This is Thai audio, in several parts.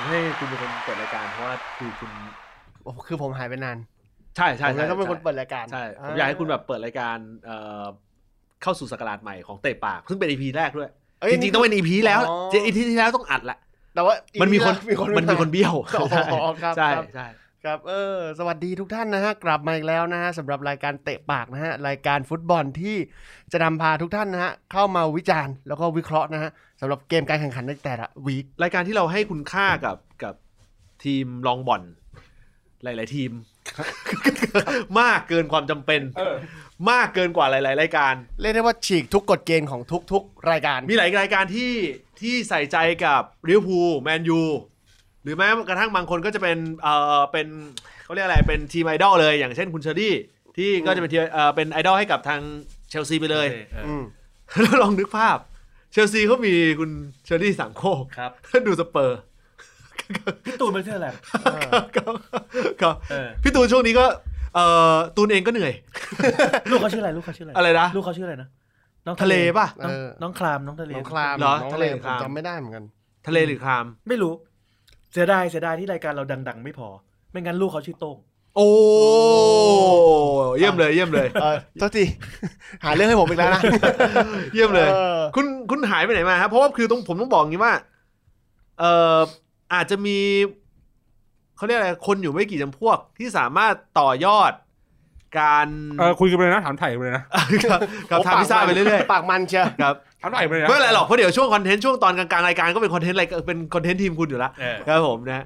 ให้คุณเป็นคนเปิดรายการเพราะว่าคือผมหายไปนานใช่ผมต้องเป็นคนเปิดรายการใช่ผมอยากให้คุณแบบเปิดรายการเข้าสู่ศักราชใหม่ของเตะปากซึ่งเป็น EP แรกด้วยจริงๆต้องเป็น EP แล้วEP ที่แล้วต้องอัดแหละแต่ว่ามันมีคนเบี้ยวใช่ใช่ครับสวัสดีทุกท่านนะฮะกลับมาอีกแล้วนะฮะสำหรับรายการเตะปากนะฮะรายการฟุตบอลที่จะนำพาทุกท่านนะฮะเข้ามาวิจารณ์แล้วก็วิเคราะห์นะฮะสำหรับเกมการแข่งขันในแต่ละวีครายการที่เราให้คุณค่ากับทีมลองบอลหลายๆทีม มากเกินความจำเป็นมากเกินกว่าหลายๆรายการเรียกได้ว่าฉีกทุกกฎเกณฑ์ของทุกรายการมีหลายรายการที่ใส่ใจกับลิเวอร์พูลแมนยูหรือแม้กระทั่งบางคนก็จะเป็นเขาเรียกอะไรเป็นทีมไอดอลเลยอย่างเช่นคุณเชอรี่ที่ก็จะเป็นไอดอลให้กับทางเชลซีไปเลยแล้วลองนึกภาพเชลซีเขามีคุณเชอรี่สามโคกครับดูสเปอร์พี่ตูนไม่ใช่อะไรก็พี่ตูนช่วงนี้ก็ตูนเองก็เหนื่อยลูกเขาชื่ออะไรอะไรนะลูกเขาชื่ออะไรนะน้องทะเลป่ะน้องคลามน้องทะเลเหรอทะเลผมจำไม่ได้เหมือนกันทะเลหรือคลามไม่รู้เสียดายที่รายการเราดังๆไม่พอไม่งั้นลูกเขาชื่อโต้งโอ้เยี่ยมเลยโทษทีหาเรื่องให้ผมอีกแล้วนะเยี่ยมเลยคุณหายไปไหนมาครับเพราะว่าคือผมต้องบอกงี้ว่าอาจจะมีเขาเรียกอะไรคนอยู่ไม่กี่จำพวกที่สามารถต่อยอดการคุยกันไปเลยนะถามไถ่ไปเลยนะกับทำพิซซ่าไปเรื่อยๆปากมันเชียวครับถามไถ่ไปเลยนะไม่เป็นไรหรอกเพราะเดี๋ยวช่วงคอนเทนต์ช่วงตอนกลางๆรายการก็เป็นคอนเทนต์อะไรเป็นคอนเทนต์ทีมคุณอยู่แล้วครับผมนะ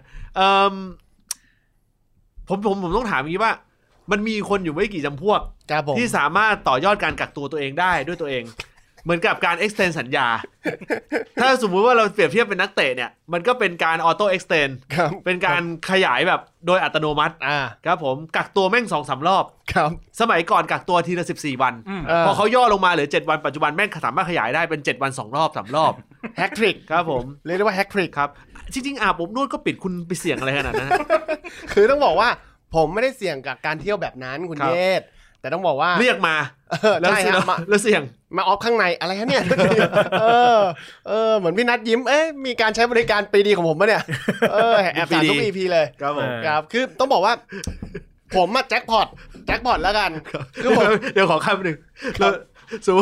ผมต้องถามอย่างนี้ว่ามันมีคนอยู่ไม่กี่จำพวกที่สามารถต่อยอดการกักตัวตัวเองได้ด้วยตัวเองเหมือนกับการ extend สัญญาถ้าสมมุติว่าเราเปรียบเทียบเป็นนักเตะเนี่ยมันก็เป็นการ auto extend เป็นการขยายแบบโดยอัตโนมัติครับผมกักตัวแม่ง 2-3 รอบสมัยก่อนกักตัวทีละ14 วันพอเขาย่อลงมาเหลือ7วันปัจจุบันแม่งสามารถขยายได้เป็น7วัน2รอบ3รอบแฮกทริกครับผมเรียกได้ว่าแฮกทริกครับจริงๆผมนวดก็ปิดคุณไปเสี่ยงอะไรขนาดนั้นคือต้องบอกว่าผมไม่ได้เสี่ยงกับการเที่ยวแบบนั้นคุณเยศแต่ต้องบอกว่าเรียกมาแล้วเสี่ยงมาออฟข้างในอะไรฮะเนี่ยเหมือนพี่นัทยิ้มมีการใช้บริการปีดีของผมป่ะเนี่ยแอบถามทุก EP เลยครับคือต้องบอกว่าผมมาแจ็คพอตแล้วกันคือผมเดี๋ยวขอคำหนึ่งแล้วสู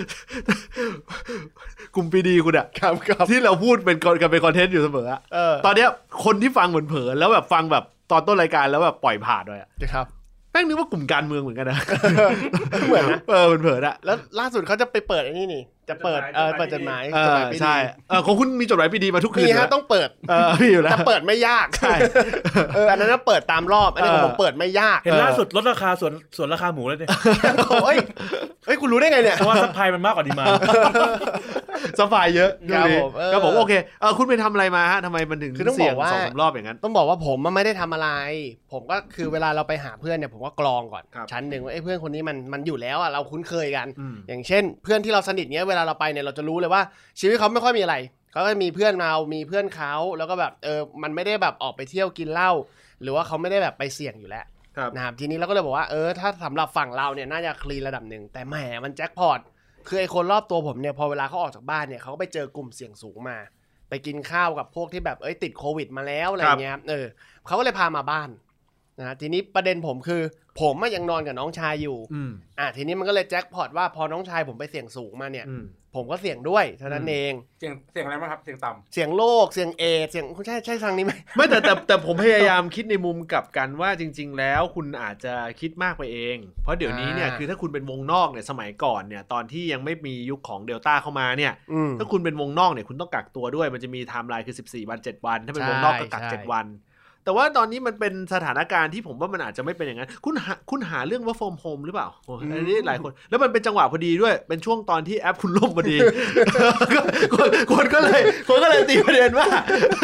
กลุ่มปีดีคุณอะที่เราพูดเป็นคอนเทนต์อยู่เสมอตอนเนี้ยคนที่ฟังเหมือนเผลอแล้วแบบฟังแบบตอนต้นรายการแล้วแบบปล่อยผ่านเลยอะครับแม่งนึกว่ากลุ่มการเมืองเหมือนกันนะเหมือนนะมันเผลออะแล้วล่าสุดเขาจะไปเปิดไอ้นี่จะเปิดจดหมายใช่ของคุณมีจดหมายปีดีมาทุกคืนมีฮะต้องเปิดมีอยู่แล้วแต่เปิดไม่ยากใช่อันนั้นเปิดตามรอบอันนี้ผมเปิดไม่ยากเห็นล่าสุดลดราคาส่วนราคาหมูเลยเนี่ยเฮ้ยคุณรู้ได้ไงเนี่ยเพราะว่าซัพพลายมันมากกว่าดีมานด์ซัพพลายเยอะครับผมโอเคคุณไปทำอะไรมาฮะทำไมมันถึงเสี่ยง 2-3 รอบอย่างนั้นต้องบอกว่าผมไม่ได้ทำอะไรผมก็คือเวลาเราไปหาเพื่อนเนี่ยผมก็กรองก่อนชั้นนึงว่าเพื่อนคนนี้มันอยู่แล้วเราคุ้นเคยกันอย่างเช่นเพื่อนที่เราสนิทเนี้ยเวลาเราไปเนี่ยเราจะรู้เลยว่าชีวิตเขาไม่ค่อยมีอะไรเขาก็มีเพื่อนมีเพื่อนเขาแล้วก็แบบมันไม่ได้แบบออกไปเที่ยวกินเหล้าหรือว่าเขาไม่ได้แบบไปเสี่ยงอยู่แล้วนะครับทีนี้เราก็เลยบอกว่าถ้าสำหรับฝั่งเราเนี่ยน่าจะคลีนระดับหนึ่งแต่แหมมันแจ็คพอตคือไอ้คนรอบตัวผมเนี่ยพอเวลาเขาออกจากบ้านเนี่ยเขาก็ไปเจอกลุ่มเสี่ยงสูงมาไปกินข้าวกับพวกที่แบบติดโควิดมาแล้วอะไรเงี้ยเขาก็เลยพามาบ้านนะทีนี้ประเด็นผมคือผมยังนอนกับน้องชายอยู่ทีนี้มันก็เลยแจ็คพอตว่าพอน้องชายผมไปเสี่ยงสูงมาเนี่ยผมก็เสี่ยงด้วยเท่านั้นเองเสี่ยงอะไรบ้างครับเสี่ยงต่ำเสี่ยงโรคเสี่ยงเอดส์เสี่ยงใช่ทางนี้ไหมไม่แต่ผมพยายามคิดในมุมกลับกันว่าจริงๆแล้วคุณอาจจะคิดมากไปเองเพราะเดี๋ยวนี้เนี่ยคือถ้าคุณเป็นวงนอกเนี่ยสมัยก่อนเนี่ยตอนที่ยังไม่มียุคของเดลต้าเข้ามาเนี่ยถ้าคุณเป็นวงนอกเนี่ยคุณต้องกักตัวด้วยมันจะมีไทม์ไลน์คือ14วัน7วันถ้าเป็นวงนอกก็กัก7วันแต่ว่าตอนนี้มันเป็นสถานการณ์ที่ผมว่ามันอาจจะไม่เป็นอย่างนั้นคุณหาเรื่องว่า from home หรือเปล่าอันนี้หลายคนแล้วมันเป็นจังหวะพอดีด้วยเป็นช่วงตอนที่แอปคุณล่มพอดีคนก็เลยตีประเด็นว่า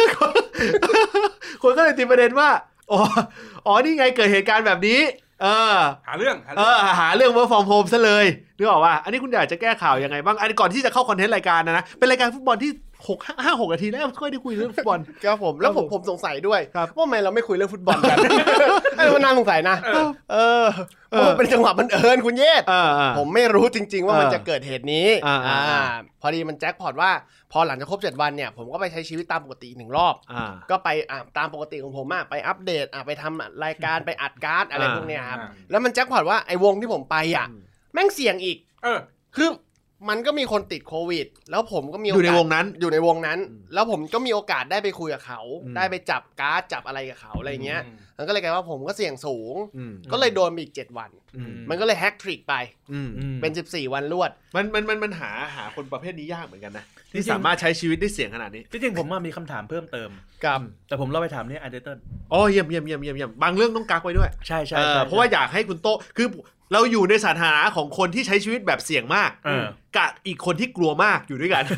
อ๋อนี่ไงเกิดเหตุการณ์แบบนี้หาเรื่องว่า from home ซะเลยนึกออกว่าอันนี้คุณอยากจะแก้ข่าวยังไงบ้างอันนี้ก่อนที่จะเข้าคอนเทนต์รายการนะเป็นรายการฟุตบอลที่ 6 นาทีแล้วค่อยได้คุยเรื่องฟุตบอลครับผมแล้วผมสงสัยด้วยว่าทำไมเราไม่คุยเรื่องฟุตบอลกันมันน่าสงสัยนะมันเป็นจังหวะบังเอิญคุณเยศผมไม่รู้จริงๆว่ามันจะเกิดเหตุนี้พอดีมันแจ็คพอตว่าพอหลังจากครบ7 วันเนี่ยผมก็ไปใช้ชีวิตตามปกติ1 รอบก็ไปตามปกติของผมไปอัปเดตไปทำรายการไปอัดการ์ดอะไรพวกเนี้ยครับแล้วมันแจ็คพอตว่าไอ้วงที่ผมไปแม่งเสี่ยงอีกคือมันก็มีคนติดโควิดแล้วผมก็มีอยู่ในวงนั้นแล้วผมก็มีโอกาสได้ไปคุยกับเขาได้ไปจับการ์ดจับอะไรกับเขาอะไรเงี้ยมันก็เลยกลายว่าผมก็เสี่ยงสูงก็เลยโดนอีก7 วันมันก็เลยแฮกทริกไปเป็น14 วันรวดมันหาคนประเภทนี้ยากเหมือนกันนะที่สามารถใช้ชีวิตได้เสี่ยงขนาดนี้จริงๆผมมีคำถามเพิ่มเติมแต่ผมเราไปถามนี่อันเดอร์ตันเยี่ยมบางเรื่องต้องกักไว้ด้วยใช่เพราะว่าอยากให้คุณโตคือเราอยู่ในสถานะของคนที่ใช้ชีวิตแบบเสี่ยงมากกับอีกคนที่กลัวมากอยู่ด้วยกัน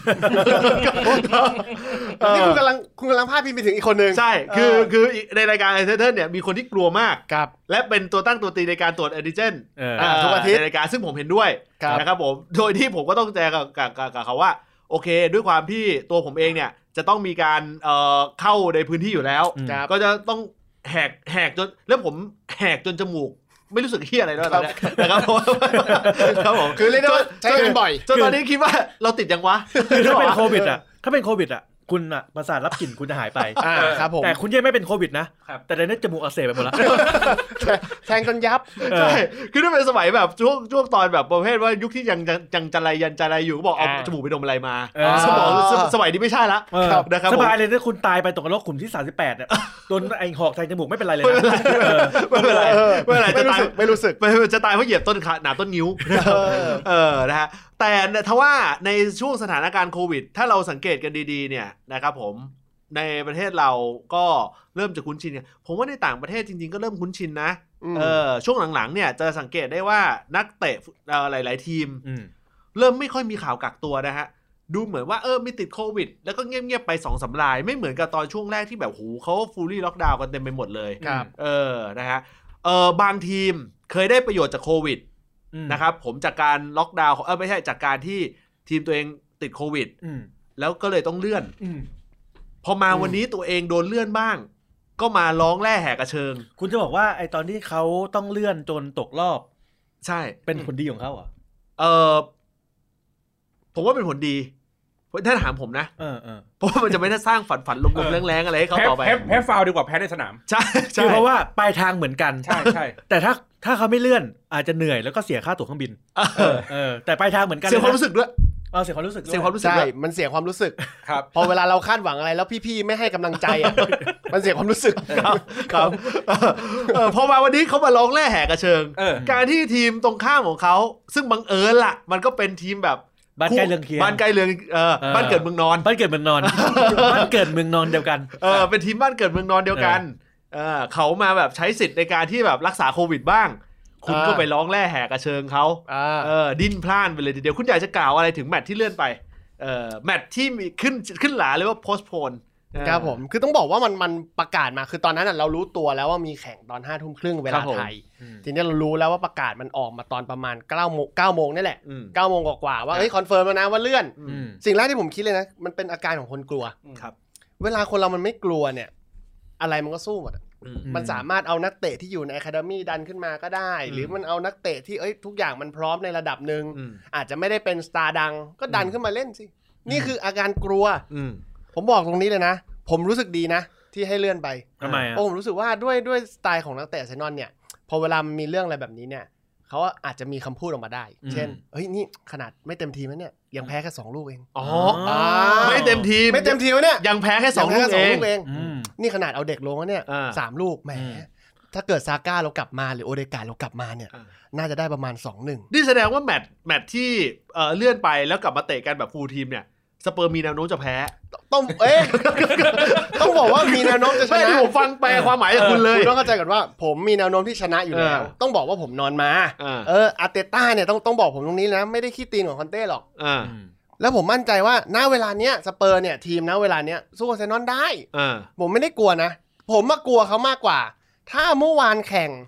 นี่คุณกำลังพาดพิงไปถึงอีกคนนึงใช่คือในรายการไอเทอร์เนี่ยมีคนที่กลัวมากและเป็นตัวตั้งตัวตีในการตรวจแอนติเจนทุกอาทิตย์ในรายการซึ่งผมเห็นด้วยนะครับผมโดยที่ผมก็ต้องแจ้งกับเขาว่าโอเคด้วยความที่ตัวผมเองเนี่ยจะต้องมีการเข้าในพื้นที่อยู่แล้วก็จะต้องแหกจนแล้วผมแหกจนจมูกไม่รู้สึกเหี้ยอะไรด้วยตอนนี้นะครับผมคือเรียกว่าใช้กันบ่อยจนตอนนี้คิดว่าเราติดยังวะถ้าเป็นโควิดคุณอะประสาทรับกลิ่นคุณจะหายไปครับผมแต่คุณยังไม่เป็นโควิดนะแต่ในนี้จมูกอักเสบไปหมดแล้วแทงจนยับใช่คือถ้าเป็นสมัยแบบช่วงตอนแบบประเภทว่ายุคที่ยังจันไรอยู่ก็บอกเอาจมูกไปดมอะไรมาสมัยนี้ไม่ใช่ละนะครับสบายเลยถ้าคุณตายไปตกนรกขุมที่38เนี่ยโดนไอ้หอกแทงจมูกไม่เป็นไรเลยไม่เป็นไรไม่รู้สึกจะตายเพราะเหยียบต้นขาหนาต้นนิ้วนะฮะแต่ถ้าว่าในช่วงสถานการณ์โควิดถ้าเราสังเกตกันดีๆเนี่ยนะครับผมในประเทศเราก็เริ่มจะคุ้นชินกันผมว่าในต่างประเทศจริงๆก็เริ่มคุ้นชินนะช่วงหลังๆเนี่ยจะสังเกตได้ว่านักเตะหลายๆทีมเริ่มไม่ค่อยมีข่าวกักตัวนะฮะดูเหมือนว่าไม่ติดโควิดแล้วก็เงียบๆไป 2-3 รายไม่เหมือนกับตอนช่วงแรกที่แบบเขาฟูลลี่ล็อกดาวน์กันเต็มไปหมดเลยนะฮะบางทีมเคยได้ประโยชน์จากโควิดนะครับผมจากการล็อกดาวน์ไม่ใช่จากการที่ทีมตัวเองติดโควิดแล้วก็เลยต้องเลื่อนพอมาวันนี้ตัวเองโดนเลื่อนบ้างก็มาร้องแร่แหกกระเชิงคุณจะบอกว่าไอตอนที่เขาต้องเลื่อนจนตกรอบใช่เป็นผลดีของเขาผมว่าเป็นผลดีถ้าถามผมนะเพราะว่ามันจะไม่ได้สร้างฝันลมๆแรงๆอะไรให้เขาต่อไปแพ้ฟาวดีกว่าแพ้ในสนามใช่คือเพราะว่าปลายทางเหมือนกันใช่แต่ถ้าเขาไม่เลื่อนอาจจะเหนื่อยแล้วก็เสียค่าตั๋วเครื่องบินแต่ปลายทางเหมือนกันเสียความรู้สึกด้วยเสียความรู้สึกใช่มันเสียความรู้สึกครับพอเวลาเราคาดหวังอะไรแล้วพี่ๆไม่ให้กำลังใจมันเสียความรู้สึกครับพอมาวันนี้เขามาร้องแร่แหกกระเชิงการที่ทีมตรงข้ามของเขาซึ่งบังเอิญล่ะมันก็เป็นทีมแบบบ้านใกล้เรือนเคียงบ้านใกล้เรือนบ้านเกิดเมืองนอนบ้านเกิดเมืองนอนบ้านเกิดเมืองนอนเดียวกันเป็นทีมบ้านเกิดเมืองนอนเดียวกันเขามาแบบใช้สิทธิ์ในการที่แบบรักษาโควิดบ้างคุณก็ไปร้องแร่แหกกระเชิงเขาดิ้นพล่านไปเลยทีเดียวคุณอยากจะกล่าวอะไรถึงแมตช์ที่เลื่อนไปแมตช์ที่มีขึ้นหลาเลยว่า postpone ครับผมคือต้องบอกว่ามันประกาศมาคือตอนนั้นเรารู้ตัวแล้วว่ามีแข่งตอน 5:30 นเวลาไทยทีนี้เรารู้แล้วว่าประกาศมันออกมาตอนประมาณ9 โมงนี่แหละ9 โมงกว่าว่าคอนเฟิร์มแล้วนะว่าเลื่อนสิ่งแรกที่ผมคิดเลยนะมันเป็นอาการของคนกลัวครับเวลาคนเรามันไม่กลัวเนี่ยอะไรมันก็สู้หมดมันสามารถเอานักเตะที่อยู่ในอะคาเดมี่ดันขึ้นมาก็ได้หรือมันเอานักเตะที่ทุกอย่างมันพร้อมในระดับนึงอาจจะไม่ได้เป็นสตาร์ดังก็ดันขึ้นมาเล่นสินี่คืออาการกลัวผมบอกตรงนี้เลยนะผมรู้สึกดีนะที่ให้เลื่อนไปทำไมผมรู้สึกว่าด้วยสไตล์ของนักเตะอาร์เซนอลเนี่ยพอเวลามีเรื่องอะไรแบบนี้เนี่ยเขาอาจจะมีคำพูดออกมาได้เช่นนี่ขนาดไม่เต็มทีมแล้วเนี่ยยังแพ้แค่2 ลูกเองไม่เต็มทีมเนี่ยยังแพ้แค่2 ลูกเองนี่ขนาดเอาเด็กลงแล้วเนี่ย3 ลูกแหมถ้าเกิดซาก้าเรากลับมาหรือโอเดการ์ดเรากลับมาเนี่ยน่าจะได้ประมาณ 2-1 นี่แสดงว่าแมตช์ที่เลื่อนไปแล้วกลับมาเตะกันแบบฟูลทีมเนี่ยสเปอร์มีแนวโน้มจะแพ้ต้องบอกว่ามีแนวโน้มจะชนะผมฟังแปลความหมายจากคุณเลยคุณต้องเข้าใจก่อนว่าผมมีแนวโน้มที่ชนะอยู่แล้วต้องบอกว่าผมนอนมาอาร์เตต้าเนี่ยต้องบอกผมตรงนี้นะไม่ได้ขี้ตีนของคอนเต้หรอกแล้วผมมั่นใจว่าณเวลาเนี้ยสเปอร์เนี่ยทีมณเวลาเนี้ยสู้อาร์เซนอลได้ผมไม่ได้กลัวนะผมมากลัวเขามากกว่าถ้าเมื่อวานแข่ง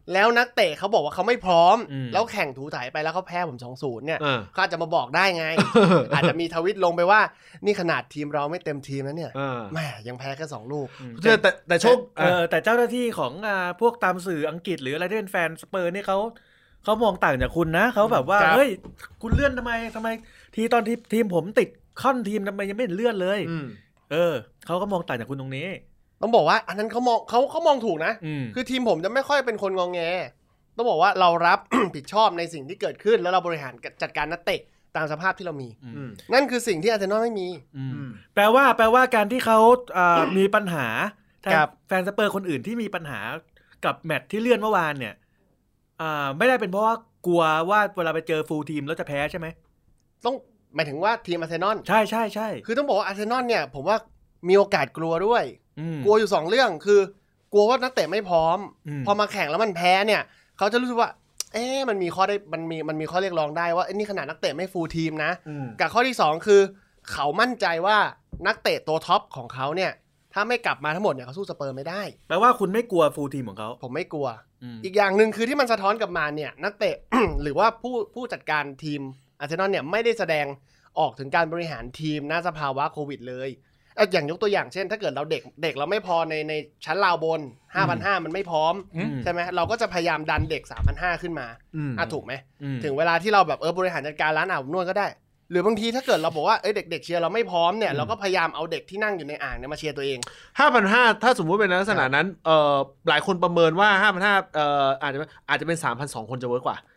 แล้วนักเตะเขาบอกว่าเขาไม่พร้อมแล้วแข่งถูถ่ายไปแล้วเขาแพ้ผม 2-0 เนี่ยเขาอาจจะมาบอกได้ไง อาจจะมีทวิตลงไปว่านี่ขนาดทีมเราไม่เต็มทีมแล้วเนี่ยแม่ยังแพ้แค่2 ลูกแต่โชคแต่เจ้าหน้าที่ของพวกตามสื่ออังกฤษหรืออะไรที่เป็นแฟนสเปอร์นี่เขามองต่างจากคุณนะเขาแบบว่าเฮ้ยคุณเลื่อนทำไมทีตอนทีมผมติดค่อนทีมทำไมยังไม่เห็นเลื่อนเลยเขาก็มองต่างจากคุณตรงนี้ต้องบอกว่าอันนั้นเขามองถูกนะคือทีมผมจะไม่ค่อยเป็นคนงองแงต้องบอกว่าเรารับ ผิดชอบในสิ่งที่เกิดขึ้นแล้วเราบริหารจัดการนักเตะตามสภาพที่เรามีนั่นคือสิ่งที่อาร์เซนอลไม่มีแปลว่าการที่เขามีปัญหาแฟนสเปอร์คนอื่นที่มีปัญหากับแมตช์ที่เลื่อนเมื่อวานเนี่ยไม่ได้เป็นเพราะว่ากลัวว่าเวลาไปเจอฟูลทีมแล้วจะแพ้ใช่ไหมต้องหมายถึงว่าทีมอาร์เซนอลใช่คือต้องบอกว่าอาร์เซนอลเนี่ยผมว่ามีโอกาสกลัวด้วยกลัวอยู่2เรื่องคือกลัวว่านักเตะไม่พร้อมพอมาแข่งแล้วมันแพ้เนี่ยเขาจะรู้สึกว่ามันมีข้อเรียกร้องได้ว่านี่ขนาดนักเตะไม่ฟูลทีมนะกับข้อที่2คือเขามั่นใจว่านักเตะตัวท็อปของเขาเนี่ยถ้าไม่กลับมาทั้งหมดเนี่ยเขาสู้สเปอร์ไม่ได้แปลว่าคุณไม่กลัวฟูลทีมของเขาผมไม่กลัวอีกอย่างนึงคือที่มันสะท้อนกลับมาเนี่ยนักเตะ หรือว่าผู้จัดการทีมอาร์เซนอลเนี่ยไม่ได้แสดงออกถึงการบริหารทีมณสภาวะโควิดเลยอย่างยกตัวอย่างเช่นถ้าเกิดเราเด็กเราไม่พอในชั้นราวบน 5,500 มันไม่พร้อมใช่ไหมเราก็จะพยายามดันเด็ก 3,500 ขึ้นมาถูกไหมถึงเวลาที่เราแบบบริหารจัดการร้านอาบอบนวดก็ได้หรือบางทีถ้าเกิดเราบอกว่าเด็กเชียร์เราไม่พร้อมเนี่ยเราก็พยายามเอาเด็กที่นั่งอยู่ในอ่างเนี่ยมาเชียร์ตัวเอง 5,500 ถ้าสมมุติเป็นลักษณะนั้นหลายคนประเมินว่า 5,500 อาจจะเป็น 3,200 คนจะเวิร์กกว่า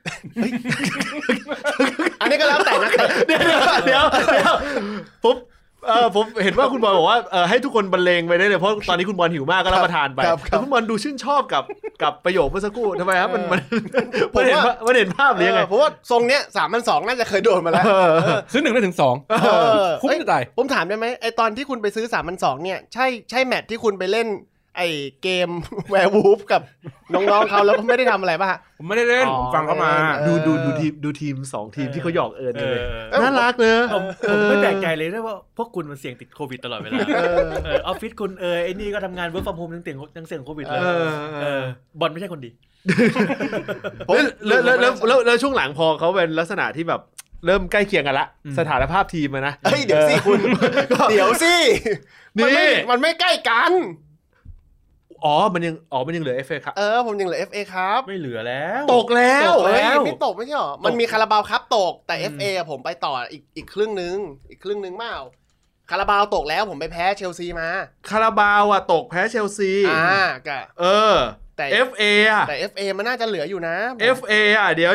อันนี้ก็แล้วแต่นักเตะเดี๋ยวผมเห็นว่าคุณบอลบอกว่าให้ทุกคนบรรเลงไปได้เลยเพราะตอนนี้คุณบอลหิวมากก็รับประทานไปแต่คุณบอลดูชื่นชอบกับประโยคเมื่อสักครู่ทำไมครับมันเห็นภาพหรือยังไงเพราะว่าทรงเนี้ย 3,200 น่าจะเคยโดนมาแล้วซื้อ1ได้ถึง2คุ้มจะตายผมถามได้ไหมไอตอนที่คุณไปซื้อ 3,200 เนี่ยใช่แมตช์ที่คุณไปเล่นไอเกมแวร์วูฟกับน้องๆเขาแล้วก็ไม่ได้ทำอะไรป่ะผมไม่ได้เล่นผมฟังเขามาดูทีม2ทีมที่เขาหยอกเลยน่ารักเลยผมไม่แปลกใจเลยนะว่าพวกคุณมันเสี่ยงติดโควิดตลอดเวลาออฟฟิศคุณไอ้นี่ก็ทำงานเวิร์คฟอร์มโฮมยังเสี่ยงโควิดเลยบอลไม่ใช่คนดีแล้วช่วงหลังพอเขาเป็นลักษณะที่แบบเริ่มใกล้เคียงกันละสถานภาพทีมนะเดี๋ยวสิคุณเดี๋ยวสิมันไม่ใกล้กันมันยังเหลือ FA ครับผมยังเหลือ FA ครับไม่เหลือแล้วตกแล้วไม่ตกไม่ใช่หรอมันมีคาราบาวครับตกแต่ FA ผมไปต่ออีกครึ่งนึงเปล่าคาราบาวตกแล้วผมไปแพ้เชลซีมาคาราบาวตกแพ้เชลซีแต่ FA แต่ FA มันน่าจะเหลืออยู่นะ FA เดี๋ยว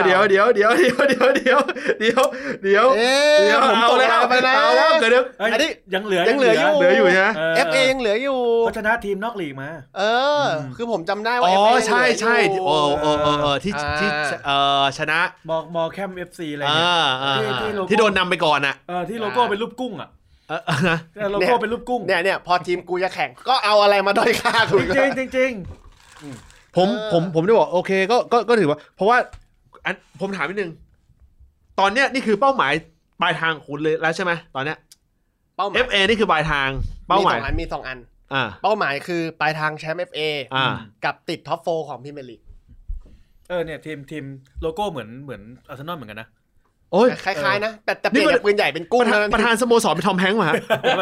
เอาแล้วไปแล้วเดี๋ยวอันนี้ยังเหลืออยู่ใช่ไหม FA ยังเหลืออยู่เพราะชนะทีมนอกลีกมาคือผมจำได้ว่าใช่ที่ชนะมอแคม FC อะไรที่โดนนำไปก่อนที่โลโก้เป็นรูปกุ้งโลโก้เป็นรูปกุ้งเนี่ยพอทีมกูจะแข่งก็เอาอะไรมาด้อยค่าคุณจริงผมได้บอกโอเคก็ถือว่าเพราะว่าผมถามนิดนึงตอนเนี้ยนี่คือเป้าหมายปลายทางคุณเลยแล้วใช่ไหมตอนเนี้ยเป้าหมาย FA นี่คือปลายทางเป้าหมายมี2 อันเป้าหมายคือปลายทางแชมป์ FA กับติดท็อป4ของพรีเมียร์ลีกเนี่ยทีมโลโก้เหมือนอาร์เซนอลเหมือนกันนะคล้ายๆนะแต่เปลี่ยนจากปืนใหญ่เป็นกุ้งประธานสโมสรเป็นทอมแฮงค์มา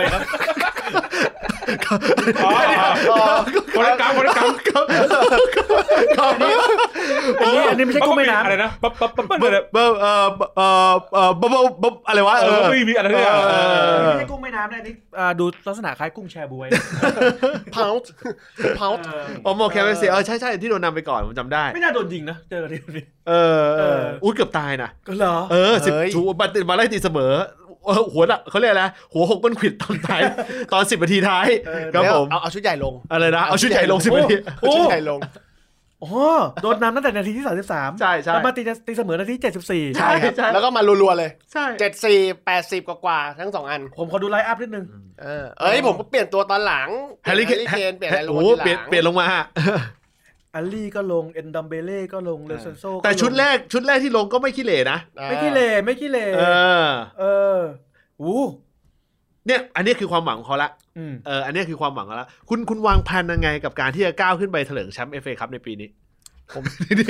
คนละกรรมอันนี้ไม่ใช่กุ้งแม่น้ำอะไรนะอะไรวะไม่มีอะไรเลยไม่ใช่กุ้งแม่น้ำนะนี่ดูลักษณะคล้ายกุ้งแชบวยพาวต์โมแคมเซียใช่ที่โดนนำไปก่อนผมจำได้ไม่น่าโดนยิงนะเจอทีนี้อุ้ยเกือบตายนะก็เหรอ 10 ชูมาไล่ตีเสมอหัวเขาเรียกอะไรหัว6ก้นขวิดตอนท้ายตอน10 นาทีท้ายครับผมเอาชุดใหญ่ลงอะไรนะเอาชุดใหญ่ลง10 นาทีชุดใหญ่ลงโดนนำตั้งแต่นาทีที่33 ใช่แล้วมาตีเสมอนาที74 ใช่แล้วก็มารัวๆเลยใช่ 74 80กว่าทั้ง2อันผมขอดูไลน์อัพนิดนึงผมก็เปลี่ยนตัวตอนหลังแฮร์รี่เคนเปลี่ยนอะไรลงทีหลังเปลี่ยนลงมาอัลลี่ก็ลงเอ็นดัมเบเล่ก็ลงเลเซนโซแต่ชุดแรกที่ลงก็ไม่ขี้เหร่นะไม่ขี้เหร่เนี่ยอันนี้คือความหวังของเขาละอันนี้คือความหวังของเขาละคุณวางแผนยังไงกับการที่จะก้าวขึ้นไปเถลิงแชมป์ FA ครับในปีนี้ผม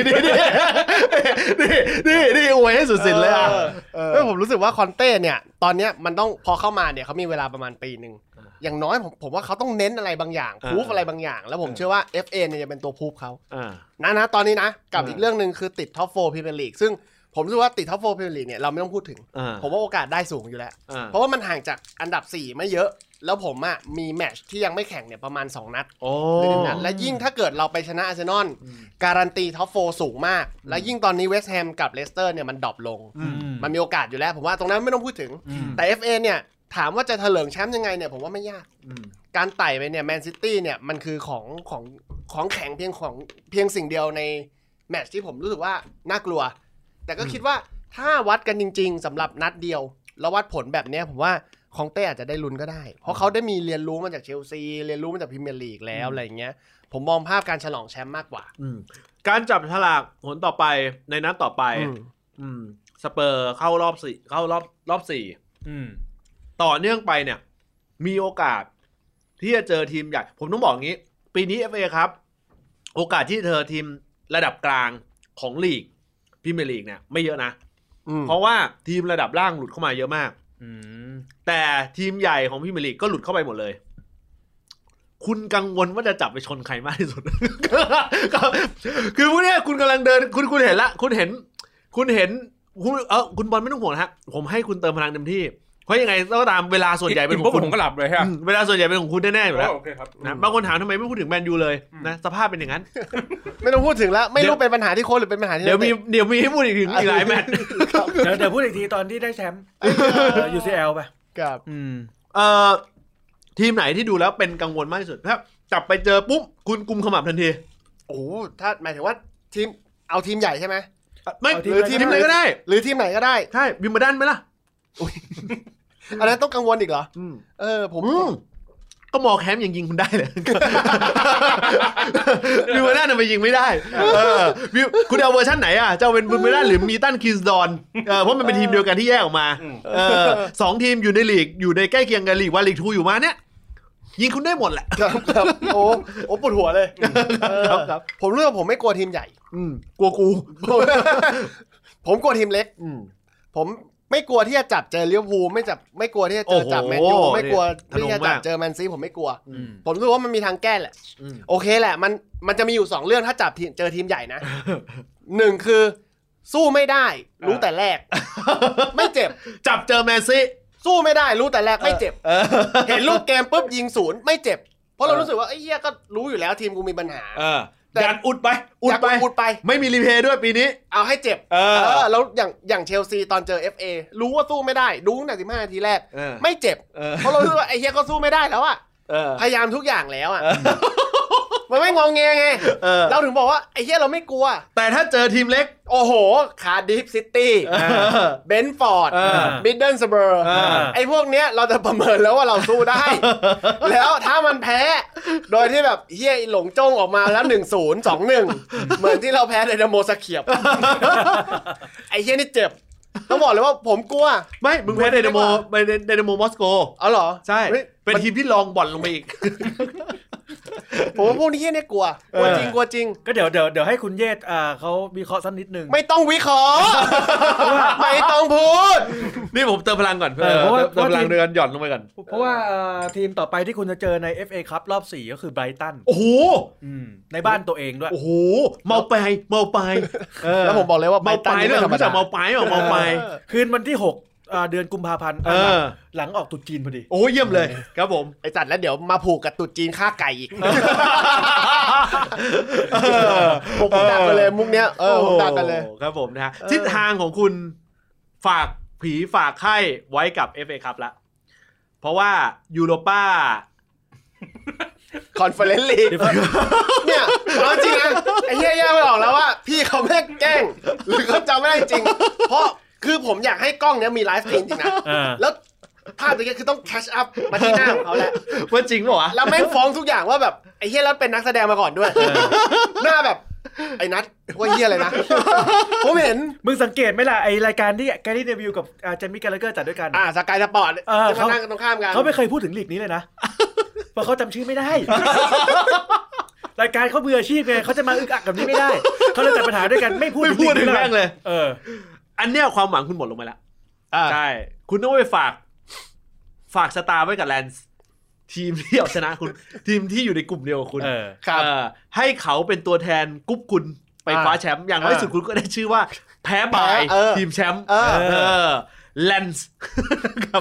นี่อวยให้สุดๆเลยอ่ะผมรู้สึกว่าคอนเต้เนี่ยตอนเนี้ยมันต้องพอเข้ามาเนี่ยเขามีเวลาประมาณปีนึงอย่างน้อยผมว่าเขาต้องเน้นอะไรบางอย่างพูฟอะไรบางอย่างแล้วผมเชื่อว่า FA เนี่ยจะเป็นตัวพูฟเขานะตอนนี้นะกับอีกเรื่องนึงคือติดท็อป4พรีเมียร์ลีกซึ่งผมรู้ว่าติดท็อป4พรีเมียร์ลีกเนี่ยเราไม่ต้องพูดถึงผมว่าโอกาสได้สูงอยู่แล้วเพราะว่ามันห่างจากอันดับ4ไม่เยอะแล้วผมอ่ะมีแมตช์ที่ยังไม่แข่งเนี่ยประมาณ2นัดและยิ่งถ้าเกิดเราไปชนะอาร์เซนอลการันตีท็อป4สูงมากและยิ่งตอนนี้เวสต์แฮมกับเลสเตอร์เนี่ยมันดรอปลงมันมีโอกาสอยู่แล้วผมว่าตรงนั้นไม่ต้องพูดถึงแต่ FA เนี่ยถามว่าจะเถลิงแชมป์ยังไงเนี่ยผมว่าไม่ยากการไต่ไปเนี่ยแมนซิตี้เนี่ยมันคือของแข็งเพียงสิ่งเดียวในแมตช์ที่ผมรู้สึกว่าน่ากลัวแต่ก็คิดว่าถ้าวัดกันจริงๆสำหรับนัดเดียวแล้ววัดผลแบบนี้ผมว่าคองเต้อาจจะได้ลุ้นก็ได้เพราะเขาได้มีเรียนรู้มาจากเชลซีเรียนรู้มาจากพรีเมียร์ลีกแล้วอะไรอย่างเงี้ยผมมองภาพการฉลองแชมป์มากกว่าการจับฉลากผลต่อไปในนัดต่อไปสเปอร์เข้ารอบ4ต่อเนื่องไปเนี่ยมีโอกาสที่จะเจอทีมใหญ่ผมต้องบอกงี้ปีนี้ FA ครับโอกาสที่เจอทีมระดับกลางของลีกพรีเมียร์ลีกเนี่ยไม่เยอะนะเพราะว่าทีมระดับล่างหลุดเข้ามาเยอะมากแต่ทีมใหญ่ของพรีเมียร์ลีกก็หลุดเข้าไปหมดเลยคุณกังวลว่าจะจับไปชนใครมากที่สุด คือพวกนี้คุณกำลังเดินคุณเห็นละคุณเห็นคุณบอลไม่ต้องห่วงนะฮะผมให้คุณเติมพลังเต็มที่เพราะยังไงก็ตามเวลาส่วนใหญ่เป็นของคุณผมก็หลับเลยฮะเวลาส่วนใหญ่เป็นของคุณแน่ๆอยู่แล้วโอเคครับนะบางคนถามทำไมไม่พูดถึงแมนยูเลยนะสภาพเป็นอย่างนั้นไม่ต้องพูดถึงแล้วไม่รู้เป็นปัญหาที่โค้ชหรือเป็นปัญหาที่เดี๋ยวมีให้พูดอีกถึงอีกหลายแมตช์เดี๋ยวพูดอีกทีตอนที่ได้แชมป์ UCL ป่ะครับทีมไหนที่ดูแล้วเป็นกังวลมากที่สุดครับจับไปเจอปุ๊บคุณกุมขมับทันทีโอ้ถ้าหมายถึงว่าทีมเอาทีมใหญ่ใช่ไหมไม่หรือทีมไหนก็ได้หรือทีมไหนก็ได้ใช่วิมเบิลดันไหมล่ะอันนั้นต้องกังวลอีกเหรอผมก็มอแคมป์ยังยิงคุณได้เลยวิมเบิลดันไปยิงไม่ได้คุณเอาเวอร์ชันไหนอ่ะจะเป็นวิมเบิลดันหรือมีตันคินส์ดอนเพราะมันเป็นทีมเดียวกันที่แยกออกมา2ทีมอยู่ในลีกอยู่ในใกล้เคียงกันลีก1ลีก2อยู่มาเนี่ยยิงคุณได้หมดแหละครับโอ้ปวดหัวเลยครับผมรู้ว่าผมไม่กลัวทีมใหญ่กลัวกูผมกลัวทีมเล็กผมไม่กลัวที่จะจับเจอลิเวอร์พูลไม่กลัวที่จะจับแมนยูไม่กลัวที่จะจับเจอแมนซีผมไม่กลัวผมรู้ว่ามันมีทางแก้แหละโอเคแหละมันจะมีอยู่2เรื่องถ้าจับเจอทีมใหญ่นะ1คือสู้ไม่ได้รู้แต่แรกไม่เจ็บจับเจอแมนซีสู้ไม่ได้รู้แต่แรกไม่เจ็บเห็นลูกเกมปุ๊บยิง0ไม่เจ็บเพราะเรารู้สึกว่าไอ้เหี้ยก็รู้อยู่แล้วทีมกูมีปัญหายันอุดไปไม่มีรีเพย์ด้วยปีนี้เอาให้เจ็บแล้วอย่างเชลซีตอนเจอ FA รู้ว่าสู้ไม่ได้ดูตั้งแต่15นาทีแรกไม่เจ็บเพราะเรารู้ว่าไอ้เหี้ยก็สู้ไม่ได้แล้วอ่ะพยายามทุกอย่างแล้วอ่ะมันไม่งงไงเราถึงบอกว่าไอ้เหี้ยเราไม่กลัวแต่ถ้าเจอทีมเล็กโอ้โหคาร์ดิฟซิตี้เบนฟอร์ดมิดเดิลสเบอร์ไอ้พวกเนี้ยเราจะประเมินแล้วว่าเราสู้ได้แล้วถ้ามันแพ้โดยที่แบบเหี้ยหลงจ้งออกมาแล้ว 1-0 2-1 เหมือนที่เราแพ้ไดนาโมสเกียบไอ้เหี้ยนี่เจ็บต้องบอกเลยว่าผมกลัวไม่มึงแพ้ไดนาโมมอสโกอ๋อเหรอใช่เป็นทีมที่ลองบอลลงไปอีกผมว่าพวกนี้เนี่ยกลัวจริงก็เดี๋ยวให้คุณเยศเขาวิเคราะห์สักนิดนึงไม่ต้องวิเคราะห์ไม่ต้องพูดนี่ผมเติมพลังก่อนเติมพลังเดือนหย่อนลงไปก่อนเพราะว่าทีมต่อไปที่คุณจะเจอใน FA ครับรอบ4ก็คือไบรตันโอ้โหในบ้านตัวเองด้วยโอ้โหเมาไปแล้วผมบอกเลยว่าเมาไปเรื่องเมาไปคืนวันที่6เดือนกุมภาพันธ์หลังออกตุ๊จีนพอดีโอ้เยี่ยมเลยครับผมไอ้จัดแล้วเดี๋ยวมาผูกกับตุ๊จีนฆ่าไก่อีกผมดักกันเลยมุกเนี้ยผมดักกันเลยครับผมนะฮะทิศทางของคุณฝากผีฝากไข้ไว้กับ FA ครับละเพราะว่ายูโรป้าคอนเฟอเรนซ์ลีกเนี่ยเอาจริงนะไอ้เหี้ยแยกไม่ออกแล้วว่าพี่เขาแม่งแกล้งหรือเขาจำไม่ได้จริงเพราะคือผมอยากให้กล้องเนี้ยมีไลฟ์สตรีมจริงนะแล้วภาพตรงนี้คือต้องแคชอัพมาที่หน้าของเขาแหละว่าจริงเหรอวะแล้วแม่งฟ้องทุกอย่างว่าแบบไอ้เหี้ยแล้วเป็นนักแสดงมาก่อนด้วยหน้าแบบไอ้นัทว่าเหี้ยอะไรนะผมเห็นมึงสังเกตไหมล่ะไอ้รายการที่แกรี่เดวิวกับเจมี่แกลเลเกอร์จัดด้วยกันสกายสปอร์ตเขานั่งตรงข้ามกันเขาไม่เคยพูดถึงลีกนี้เลยนะเพราะเขาจำชื่อไม่ได้รายการเขามืออาชีพไงเขาจะมาอึกอักแบบนี้ไม่ได้เขาเลยจัดปัญหาด้วยกันไม่พูดถึงแม่งเลยอันเนี้ยความหวังคุณหมดลงไปแล้วใช่คุณต้องไปฝากสตาร์ไว้กับแลนส์ทีมที่เอาชนะคุณทีมที่อยู่ในกลุ่มเดียวกับคุณให้เขาเป็นตัวแทนกรุ๊ปคุณไปคว้าแชมป์อย่างน้อยสุดคุณก็ได้ชื่อว่าแพ้บายทีมแชมป์แลนส์ครับ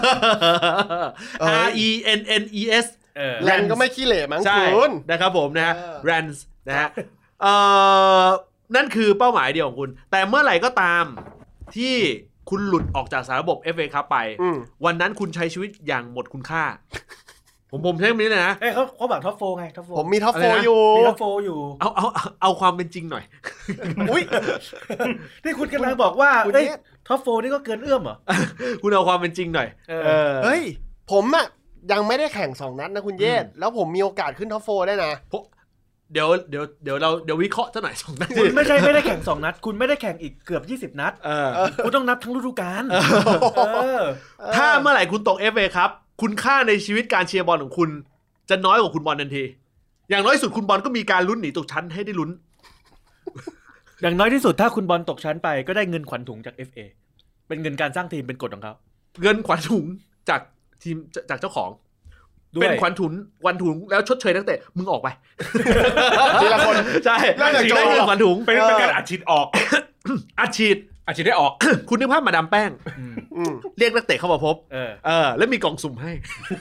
RENNES แลนก็ไม่ขี้เหร่มั้งคุณนะครับผมนะฮะแลนส์นะฮะนั่นคือเป้าหมายเดียวของคุณแต่เมื่อไหร่ก็ตามที่คุณหลุดออกจากสารระบบ FA ครับไปวันนั้นคุณใช้ชีวิตอย่างหมดคุณค่าผมใช้คำนี้เลยนะเขาแบบท็อป4ไงท็อป4 ผมมีท็อป4อยู่มีท็อป4อยู่เอาความเป็นจริงหน่อยอุ้ยนี่คุณกำลังบอกว่าท็อป4นี่ก็เกินเอื้อมเหรอคุณเอาความเป็นจริงหน่อยเฮ้ยผมอ่ะยังไม่ได้แข่ง2นัดนะคุณเยศแล้วผมมีโอกาสขึ้นท็อป4ได้นะเดี๋ยวเราวิเคราะห์ซะหน่อย2นัดคุณไม่ได้แข่ง2นัดคุณไม่ได้แข่งอีกเกือบ20นัดคุณต้องนับทั้งฤดูกาลถ้าเมื่อไหร่คุณตก FA ครับคุณค่าในชีวิตการเชียร์บอลของคุณจะน้อยกว่าคุณบอลทันทีอย่างน้อยสุดคุณบอลก็มีการลุ้นหนีตกชั้นให้ได้ลุ้นอย่างน้อยที่สุดถ้าคุณบอลตกชั้นไปก็ได้เงินขวัญถุงจาก FA เป็นเงินการสร้างทีมเป็นกฎของเขาเงินขวัญถุงจากทีมจากเจ้าของเป็นขวัญถุงแล้วชดเชยตั้งแต่มึงออกไปทีละคนใช่ได้เงินขวัญถุงเป็นการอัดฉีดออกอัดฉีดได้ออกคุณนึกภาพมาดามแป้งเรียกนักเตะเข้ามาพบแล้วมีกล่องสุ่มให้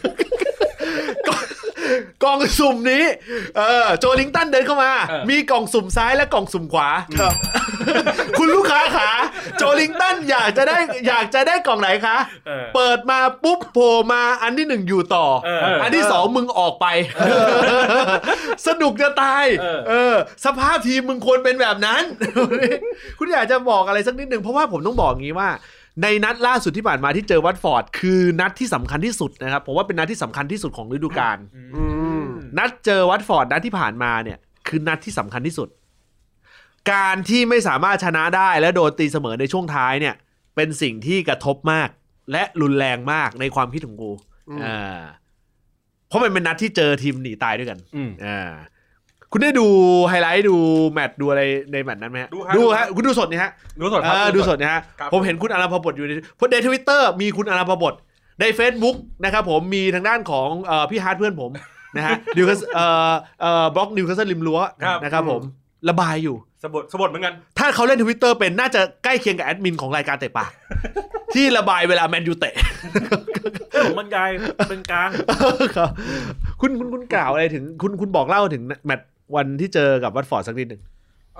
กล่องสุ่มนี้โจลิงตันเดินเข้ามามีกล่องสุ่มซ้ายและกล่องสุ่มขวาคุณลูกค้าขาโจลิงตันอยากจะได้กล่องไหนคะเปิดมาปุ๊บโผล่มาอันที่1อยู่ต่ออันที่2มึงออกไปสนุกจะตายสภาพทีมมึงควรเป็นแบบนั้นคุณอยากจะบอกอะไรสักนิดนึงเพราะว่าผมต้องบอกงี้ว่าในนัดล่าสุดที่ผ่านมาที่เจอวัตฟอร์ดคือนัดที่สำคัญที่สุดนะครับผมว่าเป็นนัดที่สำคัญที่สุดของฤดูกาลนัดเจอวัตฟอร์ดนัดที่ผ่านมาเนี่ยคือนัดที่สำคัญที่สุดการที่ไม่สามารถชนะได้และโดนตีเสมอในช่วงท้ายเนี่ยเป็นสิ่งที่กระทบมากและรุนแรงมากในความคิดของกูเพราะมันเป็นนัดที่เจอทีมหนีตายด้วยกันคุณได้ดูไฮไลท์ดูแมตช์ดูอะไรในแมตช์นั้นไหมฮะดูฮะคุณดูสดนี่ฮะดูสดครับดูสดนี่ฮะผมเห็นคุณอารัมพบทอยู่ในใน Twitter มีคุณอารัมพบทใน Facebook นะครับผมมีทางด้านของพี่ฮาร์ดเพื่อนผมนะฮะนิวคาสบล็อกนิวคาสเซิลริมรั้วนะครับผมระบายอยู่สะบดเหมือนกันถ้าเขาเล่น Twitter เป็นน่าจะใกล้เคียงกับแอดมินของรายการเตะปากที่ระบายเวลาแมนยูเตะบรรยายเป็นกลางคุณกล่าวอะไรถึงคุณบอกเล่าถึงแมตช์วันที่เจอกับวัตฟอร์ดสักนิดหนึ่ง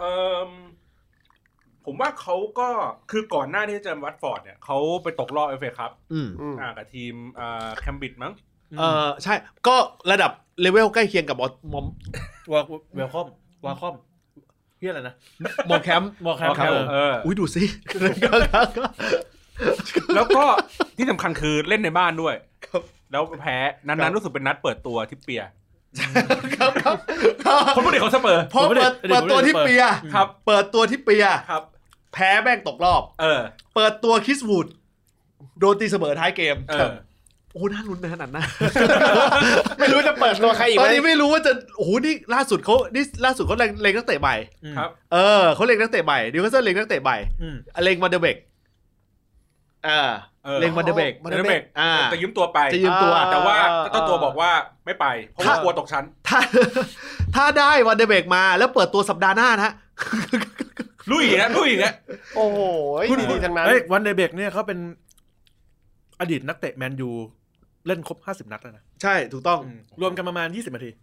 ผมว่าเขาก็คือก่อนหน้าที่จะเจอวัตฟอร์ดเนี่ยเขาไปตกรอบ FA ครับกับทีมแคมบริดจ์มั้งใช่ก็ระดับเลเวลใกล้เคียงกับมอมวาคอมเฮียอะไรนะมอแคมอุ้ยดูสิแล้วก็ที่สำคัญคือเล่นในบ้านด้วยแล้วแพ้นั้นรู้สึกเป็นนัดเปิดตัวที่เปียครับคนพูดเด็กเขาเสมอพอเปิดตัวที่เปียครับเปิดตัวที่เปียครับแพ้แม่งตกรอบเปิดตัวคิสวูดโดนตีเสมอท้ายเกมโอ้น่าลุ้นนะขนาดนั้นไม่รู้จะเปิดตัวใครอีกตอนนี้ไม่รู้ว่าจะโอ้โหนี่ล่าสุดเขาเล็งนักเตะใหม่ครับเขาเล็งนักเตะใหม่ดิวเขาเล็งนักเตะใหม่เล็งมาเดเบกเล็งมาเดเบกจะยืมตัวไปแต่ว่าเจ้าตัวบอกว่าไม่ไปเพราะว่ากลัวตกชั้นถ้าได้วันเดเบกมาแล้วเปิดตัวสัปดาห์หน้านะลุยนะโอ้โหดีจังนั้นวันเดเบกเนี่ยเขาเป็นอดีตนักเตะแมนยูเล่นครบ50นัดแล้วนะใช่ถูกต้องรวมกันประมาณ20นาที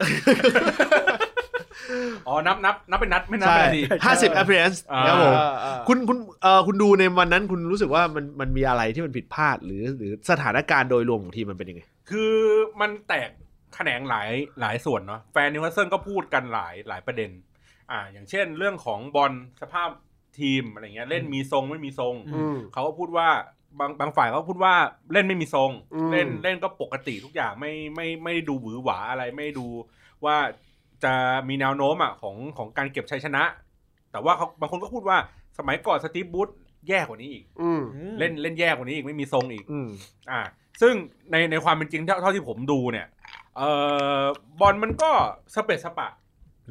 นับเป็นนัดไม่นับเป็นนาที 50 appearance ครับผมคุณดูในวันนั้นคุณรู้สึกว่ามันมีอะไรที่มันผิดพลาดหรือสถานการณ์โดยรวมของทีมมันเป็นยังไงคือมันแตกแขนงหลายส่วนเนาะแฟนนิวคาสเซิลก็พูดกันหลายประเด็นอย่างเช่นเรื่องของบอลสภาพทีมอะไรเงี้ยเล่นมีทรงไม่มีทรงเขาก็พูดว่าบางฝ่ายเขาพูดว่าเล่นไม่มีทรงเล่นก็ปกติทุกอย่างไม่ได้ดูหวือหวาอะไรไม่ดูว่าจะมีแนวโน้มของการเก็บชัยชนะแต่ว่าเขาบางคนก็พูดว่าสมัยก่อนสตีฟบูธแย่กว่านี้อีกเล่นแย่กว่านี้อีกไม่มีทรงอีกซึ่งในความเป็นจริงเท่าที่ผมดูเนี่ยบอลมันก็สเปซสปะ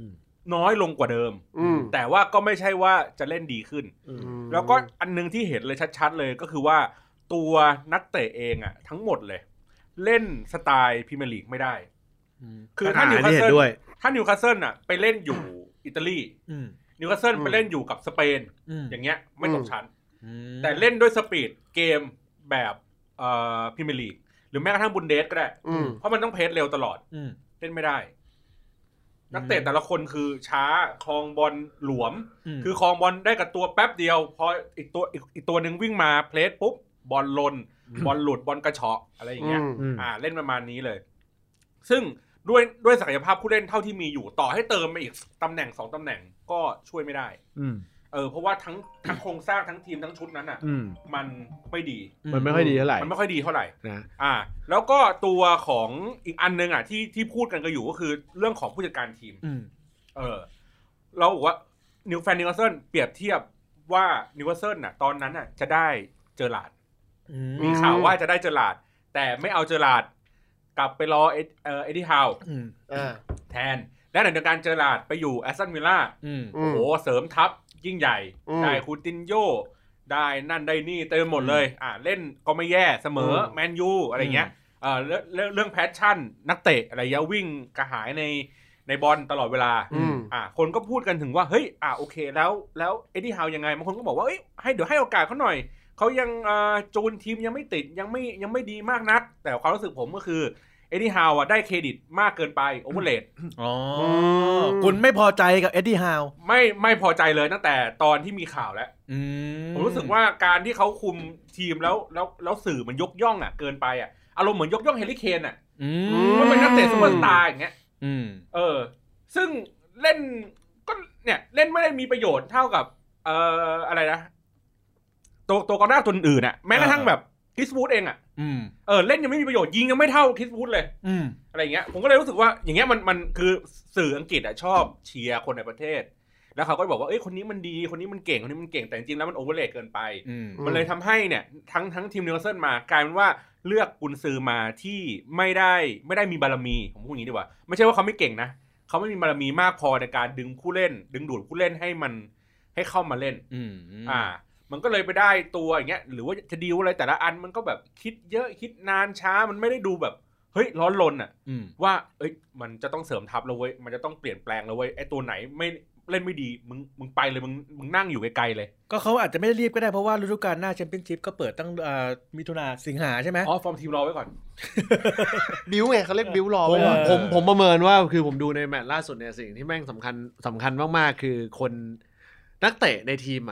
น้อยลงกว่าเดิมแต่ว่าก็ไม่ใช่ว่าจะเล่นดีขึ้นแล้วก็อันนึงที่เห็นเลยชัดๆเลยก็คือว่าตัวนักเตะเองอ่ะทั้งหมดเลยเล่นสไตล์พรีเมียร์ลีกไม่ได้คือถ้านิวคาสเซิลอ่ะไปเล่นอยู่อิตาลีนิวคาสเซิลไปเล่นอยู่กับสเปนอย่างเงี้ยไม่ตกชั้นแต่เล่นด้วยสปีดเกมแบบพรีเมียร์ลีกหรือแม้กระทั่งบุนเดสก็ได้เพราะมันต้องเพสเร็วตลอดเล่นไม่ได้นักเตะแต่ละคนคือช้าคลองบอลหลวมคือคลองบอลได้กับตัวแป๊บเดียวพออีกตัวนึงวิ่งมาเพลสปุ๊บบอลลนบอลหลุดบอลกระเฉาะอะไรอย่างเงี้ยเล่นประมาณนี้เลยซึ่งด้วยศักยภาพผู้เล่นเท่าที่มีอยู่ต่อให้เติมมาอีกตำแหน่ง2ตำแหน่งก็ช่วยไม่ได้เพราะว่าทั้งโครงสร้างทั้งทีมทั้งชุดนั้นอ่ะมันไม่ดีมันไม่ค่อยดีเท่าไหร่นะแล้วก็ตัวของอีกอันนึงอ่ะที่พูดกันก็อยู่ก็คือเรื่องของผู้จัดการทีมเราบอกว่านิวคาสเซิลเปรียบเทียบว่านิวคาสเซิลน่ะตอนนั้นน่ะจะได้เจอราร์ดมีข่าวว่าจะได้เจอราร์ดแต่ไม่เอาเจอราร์ดกลับไปรอเอ็ดดี้ฮาวแทนและในการเจอราร์ดไปอยู่แอสตันวิลล่าโอ้โหเสริมทัพยิ่งใหญ่ได้คูตินโญได้นั่นได้นี่เต็มหมดเลยเล่นก็ไม่แย่เสมอแมนยูอะไรเงี้ยเรื่องแพชชั่นนักเตะอะไรวิ่งกระหายในบอลตลอดเวลาคนก็พูดกันถึงว่าเฮ้ยโอเคแล้วเอ็ดดี้ฮาวยังไงบางคนก็บอกว่าเดี๋ยวให้โอกาสเขาหน่อยเขายังจูนทีมยังไม่ติดยังไม่ดีมากนักแต่ความรู้สึกผมก็คือเอ็ดดี้ฮาวได้เครดิตมากเกินไปโอเวอร์เรทคุณไม่พอใจกับเอ็ดดี้ฮาวไม่พอใจเลยตั้งแต่ตอนที่มีข่าวแล้วผมรู้สึกว่าการที่เขาคุมทีมแล้วสื่อมันยกย่องเกินไปอารมณ์เหมือนยกย่องเฮลิเคนมันเป็นนักเตะซุปเปอร์สตาร์อย่างเงี้ยซึ่งเล่นก็เนี่ยเล่นไม่ได้มีประโยชน์เท่ากับอะไรนะตัวกองหน้าตัวอื่นแม้กระทั่งแบบคริสวูดเองเล่นยังไม่มีประโยชน์ยิงยังไม่เท่าคริสวูดเลยอะไรเงี้ยผมก็เลยรู้สึกว่าอย่างเงี้ยมันคือสื่ออังกฤษชอบเชียร์คนในประเทศแล้วเขาก็บอกว่าคนนี้มันดีคนนี้มันเก่งคนนี้มันเก่งแต่จริงๆแล้วมันโอเวอร์เรทเกินไปมันเลยทำให้เนี่ยทั้งทีมนิวคาสเซิลมากลายเป็นว่าเลือกกุนซือมาที่ไม่ได้มีบารมีผมพูดอย่างนี้ดีกว่าไม่ใช่ว่าเขาไม่เก่งนะเขาไม่มีบารมีมากพอในการดึงผู้เล่นดึงดูดผู้เล่นให้เข้ามาเล่นมันก็เลยไปได้ตัวอย่างเงี้ยหรือว่าจะดีลอะไรแต่ละอันมันก็แบบคิดเยอะคิดนานช้ามันไม่ได้ดูแบบเฮ้ยร้อนรนว่ามันจะต้องเสริมทัพแล้วเว้ยมันจะต้องเปลี่ยนแปลงแล้วเว้ยไอ้ตัวไหนไม่เล่นไม่ดีมึงไปเลยมึงนั่งอยู่ไกลๆเลยก็เขาอาจจะไม่ได้รีบก็ได้เพราะว่าฤดูกาลหน้าแชมเปี้ยนชิพก็เปิดตั้งมิถุนาสิงหาใช่ไหมฟอร์มทีมรอไว้ก่อนบิวไงเขาเรียกบิวรอไว้ก่อนผมประเมินว่าคือผมดูในแมตช์ล่าสุดเนี่ยสิ่งที่แม่งสำคัญมากๆคือคนนักเตะในทีม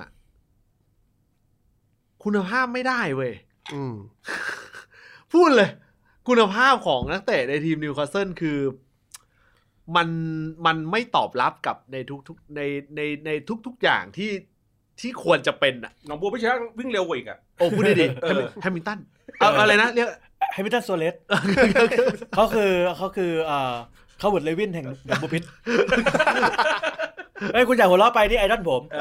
คุณภาพไม่ได้เว้ยพูดเลยคุณภาพของนักเตะในทีมนิวคาสเซิลคือมันไม่ตอบรับกับในทุกในทุกอย่างที่ควรจะเป็นน้องบัวไม่ใช่วิ่งเร็วกว่าอีกโอ้พูดดีๆแฮมิลตันอะไรนะเรียกแฮมิลตันโซเลสเขาคือเขาเวิร์ดเลวินแห่งบูพิทคุณอยากหัวเราะไปนี่ไอดอลผม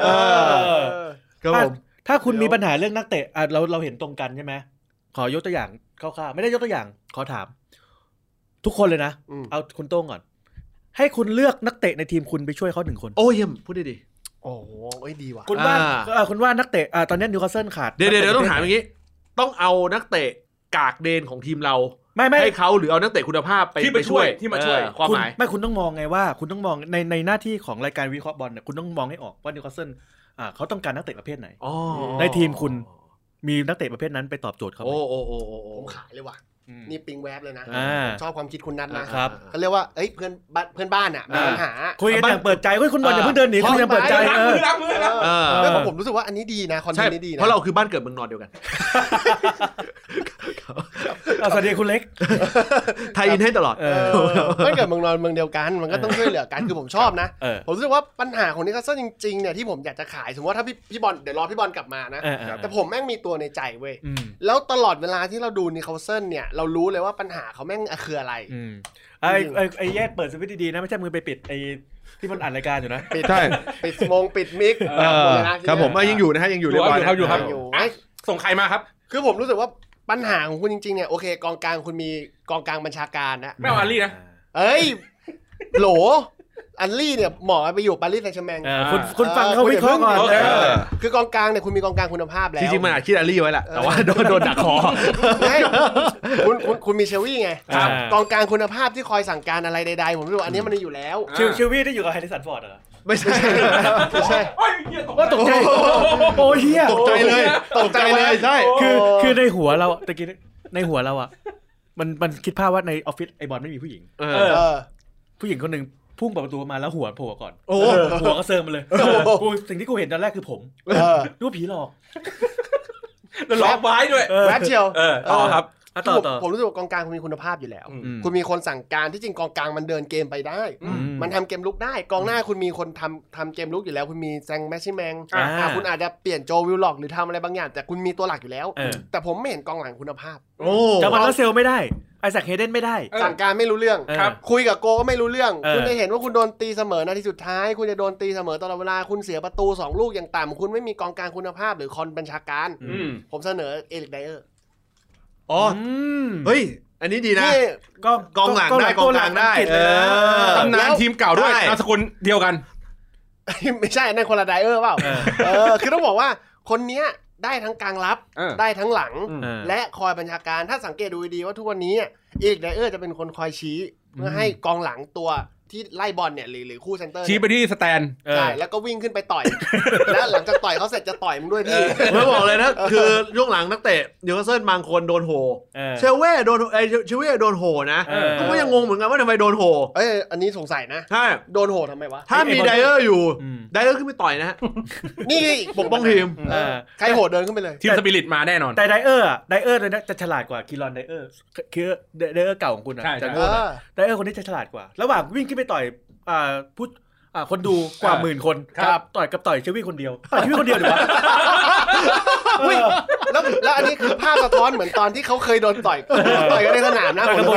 ถ้าคุณมีปัญหาเรื่องนักเตะเราเห็นตรงกันใช่ไหมขอยกตัวอย่างคร่าวๆไม่ได้ยกตัวอย่างขอถามทุกคนเลยนะเอาคุณโต้งก่อนให้คุณเลือกนักเตะในทีมคุณไปช่วยเขา1คนโอ้เยี่ยมพูดดีๆโอ้ดีว่ะคุณว่านักเตะตอนนี้นิวคาสเซิลขาดเดี๋ยวต้องถามอย่างนี้ต้องเอานักเตะกากเดนของทีมเราไม่ให้เขาหรือเอานักเตะคุณภาพไปช่วยที่มาช่วยความหมายไม่คุณต้องมองไงว่าคุณต้องมองในหน้าที่ของรายการวิเคราะห์บอลเนี่ยคุณต้องมองให้ออกว่านิวคาสเซิลเขาต้องการนักเตะประเภทไหนในทีมคุณมีนักเตะประเภทนั้นไปตอบโจทย์เขาผมขายเลยว่ะนี่ปิงแวบเลยนะชอบความคิดคุณนัทนะเขาเรียกว่าเพื่อนบ้านมีปัญหาคุยกันอย่างเปิดใจคุณบอลอย่าเพิ่งเดินหนีคุยกันเปิดใจแล้วผมรู้สึกว่าอันนี้ดีนะคอนเทนต์นี้ดีนะเพราะเราคือบ้านเกิดเมืองนอนเดียวกันสวัสดีคุณเล็กไทยอินให้ตลอดบ้านเกิดเมืองนอนเมืองเดียวกันมันก็ต้องช่วยเหลือกันคือผมชอบนะผมรู้สึกว่าปัญหาของนิวคาสเซิลจริงๆเนี่ยที่ผมอยากจะขายสมมติว่าถ้าพี่บอลเดี๋ยวรอพี่บอลกลับมานะแต่ผมแม่งมีตัวในใจเว้ยแล้วตลอดเวลาที่เราดูนิวคาสเซิลเนี่ยเรารู้เลยว่าปัญหาเขาแม่งคืออะไรไอ้แยกเปิดสวิตช์ดีๆนะไม่ใช่มือไปปิดไอ้ที่มันอ่านรายการอยู่นะใช่ปิดมงปิดมิกครับผมยังอยู่นะฮะยังอยู่เรียบร้อยอยู่ครับส่งใครมาครับคือผมรู้สึกว่าปัญหาของคุณจริงๆเนี่ยโอเคกองกลางคุณมีกองกลางบัญชาการนะไม่เอาอารี่นะเอ้ยโหลอันลี่เนี่ยเหมาะไปอยู่ปารีสแซงต์แชร์แมงคุณฟังเขาวิเคราะห์ก่อนคือกองกลางเนี่ยคุณมีกองกลางคุณภาพแล้วจริงๆมันอาจคิดอารี่ไว้แหละแต่ว่าโดนดักคอคุณมีเชลวี่ไงกองกลางคุณภาพที่คอยสั่งการอะไรใดๆผมรู้อันนี้มันอยู่แล้วเชลวี่ได้อยู่กับแฮร์ริสันฟอร์ดเหรอไม่ใช่ว่าตกใจโอ้เฮียตกใจเลยใช่คือในหัวเราตะกี้ในหัวเราอ่ะมันคิดภาพว่าในออฟฟิศไอบอลไม่มีผู้หญิงผู้หญิงคนหนึ่งพุ่งเปิดประตูมาแล้วหัวโผล่ก่อนหัวก็เซิร์ฟมาเลยกูสิ่งที่กูเห็นตอนแรกคือผมดูผีหลอกแล้วล็อกไว้ด้วยแวบเชียวต่อครับผมรู้สึกว่ากองกลางคุณมีคุณภาพอยู่แล้วคุณมีคนสั่งการที่จริงกองกลางมันเดินเกมไปได้มันทำเกมลุกได้กองหน้าคุณมีคนทำเกมลุกอยู่แล้วคุณมีแซงแมชชิแมงคุณอาจจะเปลี่ยนโจวิลล็อกหรือทำอะไรบางอย่างแต่คุณมีตัวหลักอยู่แล้วแต่ผมไม่เห็นกองหลังคุณภาพจะมาแล้วเซลไม่ได้ไอแซคเฮเดนไม่ได้สั่งการไม่รู้เรื่องคุยกับโกก็ไม่รู้เรื่องคุณจะเห็นว่าคุณโดนตีเสมอนาทีสุดท้ายคุณจะโดนตีเสมอตลอดเวลาคุณเสียประตู2ลูกอย่างต่ำคุณไม่มีกองกลางคุณภาพหรือคอนบัญชาการผมเสนอเอริกไดเออร์เฮ้ยอันนี้ดีนะกองหลังได้กองกลางได้ตำนานทีมเก่าด้วยนามสกุลเดียวกันไม่ใช่นั่นคนละไดเออร์เปล่าคือต้องบอกว่าคนเนี้ยได้ทั้งกลางรับได้ทั้งหลังและคอยบัญชาการถ้าสังเกตดูดีว่าทุกวันนี้เอริกไดเออร์จะเป็นคนคอยชี้เพื่อให้กองหลังตัวที่ไล่บอลเนี่ยหรือคู่เซนเตอร์ชี้ไปที่สแตนใช่แล้วก็วิ่งขึ้นไปต่อยแล้วหลังจากต่อยเขาเสร็จจะต่อยมึงด้วยพี่ไม่บอกเลยนะคือช่วงหลังนักเตะนิวคาสเซิลบางคนโดนโหเชลเว่โดนเชลเว่โดนโหนะก็ยังงงเหมือนกันว่าทำไมโดนโหอันนี้สงสัยนะใช่โดนโหทำไมวะถ้ามีไดเออร์อยู่ไดเออร์ขึ้นไปต่อยนะฮะนี่ปกป้องทีมใครโหเดินขึ้นไปเลยทีมสปิริตมาแน่นอนแต่ไดเออร์จะฉลาดกว่าคิรอนไดเออร์คือไดเออร์เก่าของคุณอ่ะไดเออร์คนนี้จะฉลาดกว่าระหว่างวิ่งขึ้นไปต่อยคนดูกว่า10,000 คนต่อยเชลวี่คนเดียวต่อยเชลวี่คนเดียวดีวะแล้วอันนี้คือภาพสะท้อนเหมือนตอนที่เขาเคยโดนต่อยกันในสนามนะผม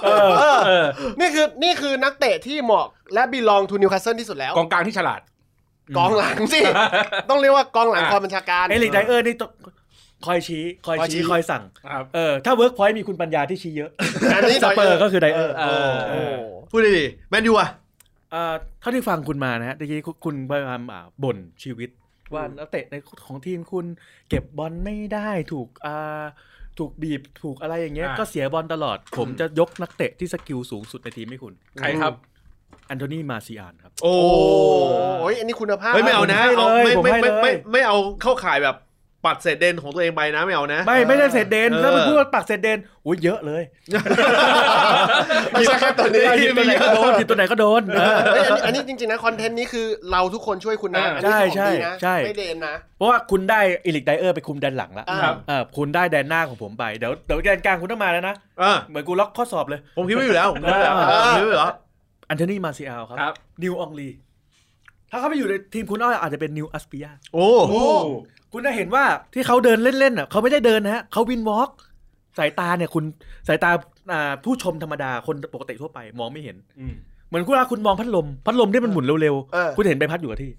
นี่คือนักเตะที่เหมาะและบีลองทูนิวคาสเซิลที่สุดแล้วกองกลางที่ฉลาดกองหลังสิต้องเรียกว่ากองหลังคอยบัญชาการเอริกไดเออร์นี่คอยชี้คอยสั่งถ้าเวิร์กพอยต์มีคุณปัญญาที่ชี้เยอะอันนี้สเปอร์ก็คือไดเออร์พูดดีแมนยูอ่ะเท่าที่ฟังคุณมานะฮะเมื่อกี้คุณพยายามบ่นชีวิตว่านักเตะในของทีมคุณเก็บบอลไม่ได้ถูกบีบถูกอะไรอย่างเงี้ยก็เสียบอลตลอดผมจะยกนักเตะที่สกิลสูงสุดในทีมให้คุณใครครับแอนโทนีมาซิอานครับโอ้ยอันนี้คุณภาพไม่เอานะไม่เอาเข้าข่ายแบบปัดเศษเดนของตัวเองไปนะไม่เอานะไม่ได้เศษเดนถ้ามันพูดว่าปัดเศษเดนโอ้ยเยอะเลยไม่ใช่แค่ตัวนี้ทีตัวไหนก็โดนทีตัวไหนก็โดนอันนี้จริงๆนะคอนเทนต์นี้คือเราทุกคนช่วยคุณนะใช่ใช่ไม่เดนนะเพราะว่าคุณได้เอริกไดเออร์ไปคุมแดนหลังแล้วคุณได้แดนหน้าของผมไปเดี๋ยวแดนกลางคุณต้องมาแล้วนะเหมือนกูล็อกข้อสอบเลยผมคิดไว้อยู่แล้วผมคิดไว้อยู่แล้วแอนโทนีมาซิอาลครับนิวอองลีถ้าเขาไปอยู่ในทีมคุณอาจจะเป็นนิวอัสเปียโอ้คุณจะเห็นว่าที่เขาเดินเล่นๆเขาไม่ได้เดินนะฮะเขาวินวอล์กสายตาเนี่ยคุณสายตาผู้ชมธรรมดาคนปกติทั่วไปมองไม่เห็นเหมือนคุณมองพัดลมที่มันหมุนเร็วๆคุณเห็นใบพัดอยู่กับที่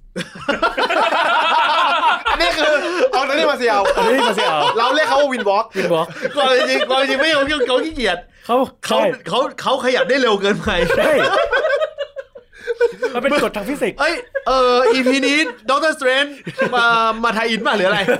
อันนี้คือเอาตัวนี้มาเสียวเราเรียกเขาว่าวินวอล์กก่อนจริงไม่เขาขี้เกียจเขาขยับได้เร็วเกินไปใช่มันเป็นกฎทางฟิสิกส์ EP นี้ด็อกเตอร์สเตรนจ์มาไทยอินป่ะหรืออะไร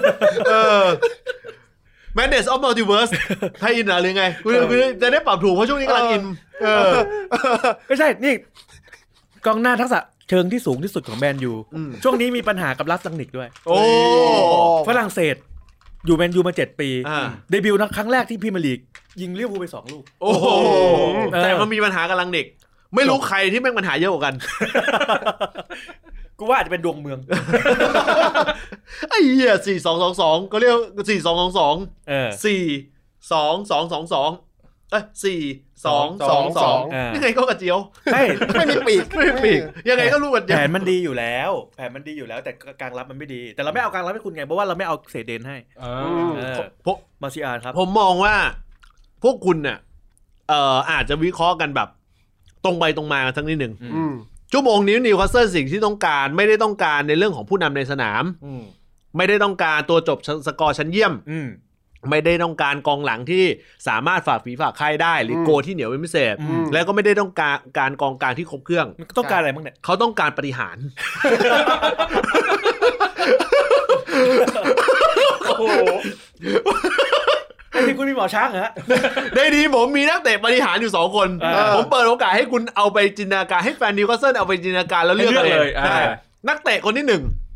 Madness of Multiverse ไทยอินหรือไงคุณจะได้ปรับถูกเพราะช่วงนี้กำลังอินไม่ใช่นี่กองหน้าทักษะเชิงที่สูงที่สุดของแมนยูช่วงนี้มีปัญหากับลัสซังนิกด้วยฝรั่งเศสอยู่แมนยูมา7 ปีเดบิวต์ครั้งแรกที่พรีเมียร์ลีกยิงลิเวอร์พูลไป2 ลูกโอ้โหแต่มันมีปัญหากับลังนิกไม่รู้ใครที่แม่งปัญหาเยอะกว่ากันกูว่าอาจจะเป็นดวงเมืองไอ้เหี้ย4222ก็เรียก4222 4222 ยังไงก็กระเจียวไม่มีปีกยังไงก็รู้กันแผนมันดีอยู่แล้วแต่กลางรับมันไม่ดีแต่เราไม่เอากลางรับให้คุณไงเพราะว่าเราไม่เอาเศษเดนให้มาซิอาร์ครับผมมองว่าพวกคุณเนี่ยอาจจะวิเคราะห์กันแบบตรงไปตรงมาสักนิดนึงชั่วโมงนี้นิวคาสเซิลสิ่งที่ต้องการไม่ได้ต้องการในเรื่องของผู้นำในสนามไม่ได้ต้องการตัวจบสกอร์ชั้นเยี่ยมไม่ได้ต้องการกองหลังที่สามารถฝากฝีฝากไข้ได้หรือโกที่เหนียวเป็นพิเศษแล้วก็ไม่ได้ต้องการกองกลางที่ครบเครื่องต้องการอะไรบ้างเนี่ยเขาต้องการปฏิหารโอ้โหไอ้ที่คุณมีหมอช้างเหรอในทีผมมีนักเตะบริหารอยู่2คนผมเปิดโอกาสให้คุณเอาไปจินตนาการให้แฟนนิวคาสเซิลเอาไปจินตนาการแล้วเลือกเลยนักเตะคนที่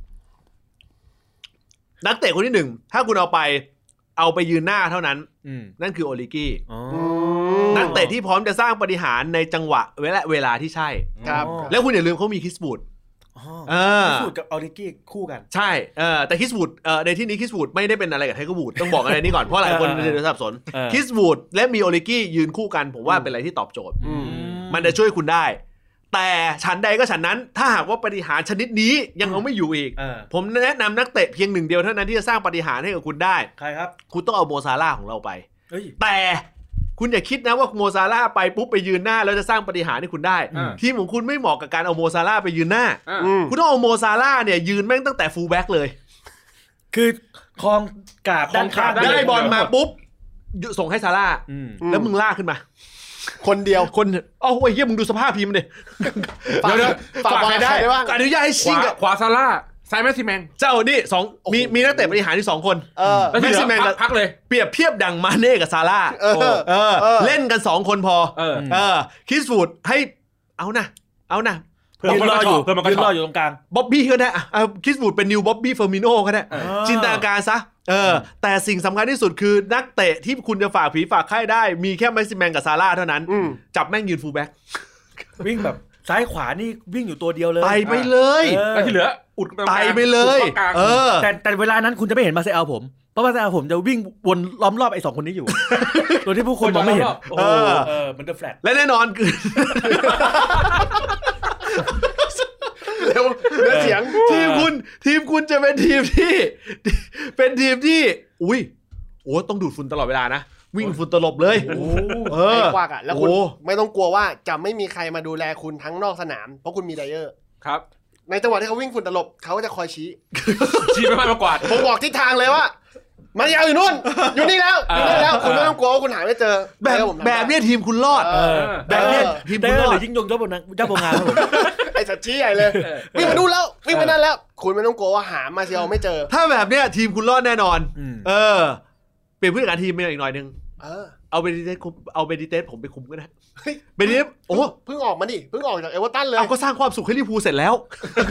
1นักเตะคนที่1ถ้าคุณเอาไปยืนหน้าเท่านั้นนั่นคือโอลิกี้นักเตะที่พร้อมจะสร้างปฏิหารในจังหวะเวลาที่ใช่ครับแล้วคุณอย่าลืมเขามีคิสบูดคิสบูดกับออลิกี้คู่กันใช่แต่คิสบูดในที่นี้คิสบูดไม่ได้เป็นอะไรกับไทเกอร์บูดต้องบอกอะไรนี่ก่อนเพราะหลายคนจะสับสนคิสบูดและมีโอลิกี้ยืนคู่กันผมว่าเป็นอะไรที่ตอบโจทย์มันจะช่วยคุณได้แต่ฉันใดก็ฉันนั้นถ้าหากว่าปฏิหารชนิดนี้ยังเอาไม่อยู่อีกผมแนะนำนักเตะเพียง1เดียวเท่านั้นที่จะสร้างปฏิหารให้กับคุณได้ใครครับคุณต้องเอาโมซาร่าของเราไปแต่คุณอย่าคิดนะว่าโมซาร่าไปปุ๊บไปยืนหน้าแล้วจะสร้างปฏิหารให้คุณได้ทีมของคุณไม่เหมาะกับการเอาโมซาร่าไปยืนหน้าคุณต้องเอาโมซาร่าเนี่ยยืนแม่งตั้งแต่ฟูลแบ็กเลยคือคลองกาบด้านข้างได้บอลมาปุ๊บส่งให้ซาร่าแล้วมึงลากขึ้นมาคนเดียวคนโอ้ยเฮียมึงดูสภาพทีมดิเดี๋ยวฝากใครได้บ้างอนุญาตให้ชิงขวาซาร่าซ้ายแมสซี่แมงเจ้านี่2มีนักเตะบริหารที่2คนแมสซี่แมงพักเลยเปรียบเทียบดังมาเน่กับซาร่าเล่นกัน2คนพอคิสวูดให้เอานะยืนรออยู่ตรงกลางบ๊อบบี้ก็ได้คิสวูดเป็นนิวบ๊อบบี้เฟอร์มิโน่ก็ได้จินตนาการซะแต่สิ่งสำคัญที่สุดคือนักเตะที่คุณจะฝากผีฝากไข้ได้มีแค่แมสซี่แมงกับซาร่าเท่านั้นจับแม่งยืนฟูลแบ็กวิ่งแบบซ้ายขวานี่วิ่งอยู่ตัวเดียวเลยไต่ไปเลยแล้วที่เหลืออุดไต่ไปเลยแต่เวลานั้นคุณจะไม่เห็นมาเซลผมเพราะมาเซลผมจะวิ่งวนล้อมรอบไอ้2คนนี้อยู่ตัวที่ผู้คนมองไม่เห็นมันจะแฟลตและแน่นอนคือเร็วเสียงทีมคุณจะเป็นทีมที่อุ้ยโอ้ต้องดูดฝุ่นตลอดเวลานะวิ่งฝุ่นตลบเลยไอ้กวากอ่ะแล้วคุณไม่ต้องกลัวว่าจะไม่มีใครมาดูแลคุณทั้งนอกสนามเพราะคุณมีไดเออร์ครับในจังหวะที่เขาวิ่งฝุ่นตลบเขาก็จะคอยชี้ไปมากวาดผมบอกทิศทางเลยว่ามันยาวอยู่นู่นอยู่นี่แล้วคุณไม่ต้องกลัวว่าคุณหาไม่เจอแบบนี้ทีมคุณรอดแบบนี้ทีมคุณรอดหรือยิ่งยงเจ้าบงงานครับผมไอ้สัตว์ชี้ใหญ่เลยวิ่งมาดูแล้ววิ่งไปนั่นแล้วคุณไม่ต้องกลัวว่าหามาเซียวไม่เจอถ้าแบบเนี้ยทีมคุณรอดแน่นอนเปลี่ยนผู้จัดการทีมไปอีกหน่อยนึงเอาเบนิเตสผมไปคุมก็ได้เบนิเตสโอ้เพิ่งออกมาดิเพิ่งออกจากเอเวอร์ตันเลยเอาก็สร้างความสุขให้ลิเวอร์พูลเสร็จแล้ว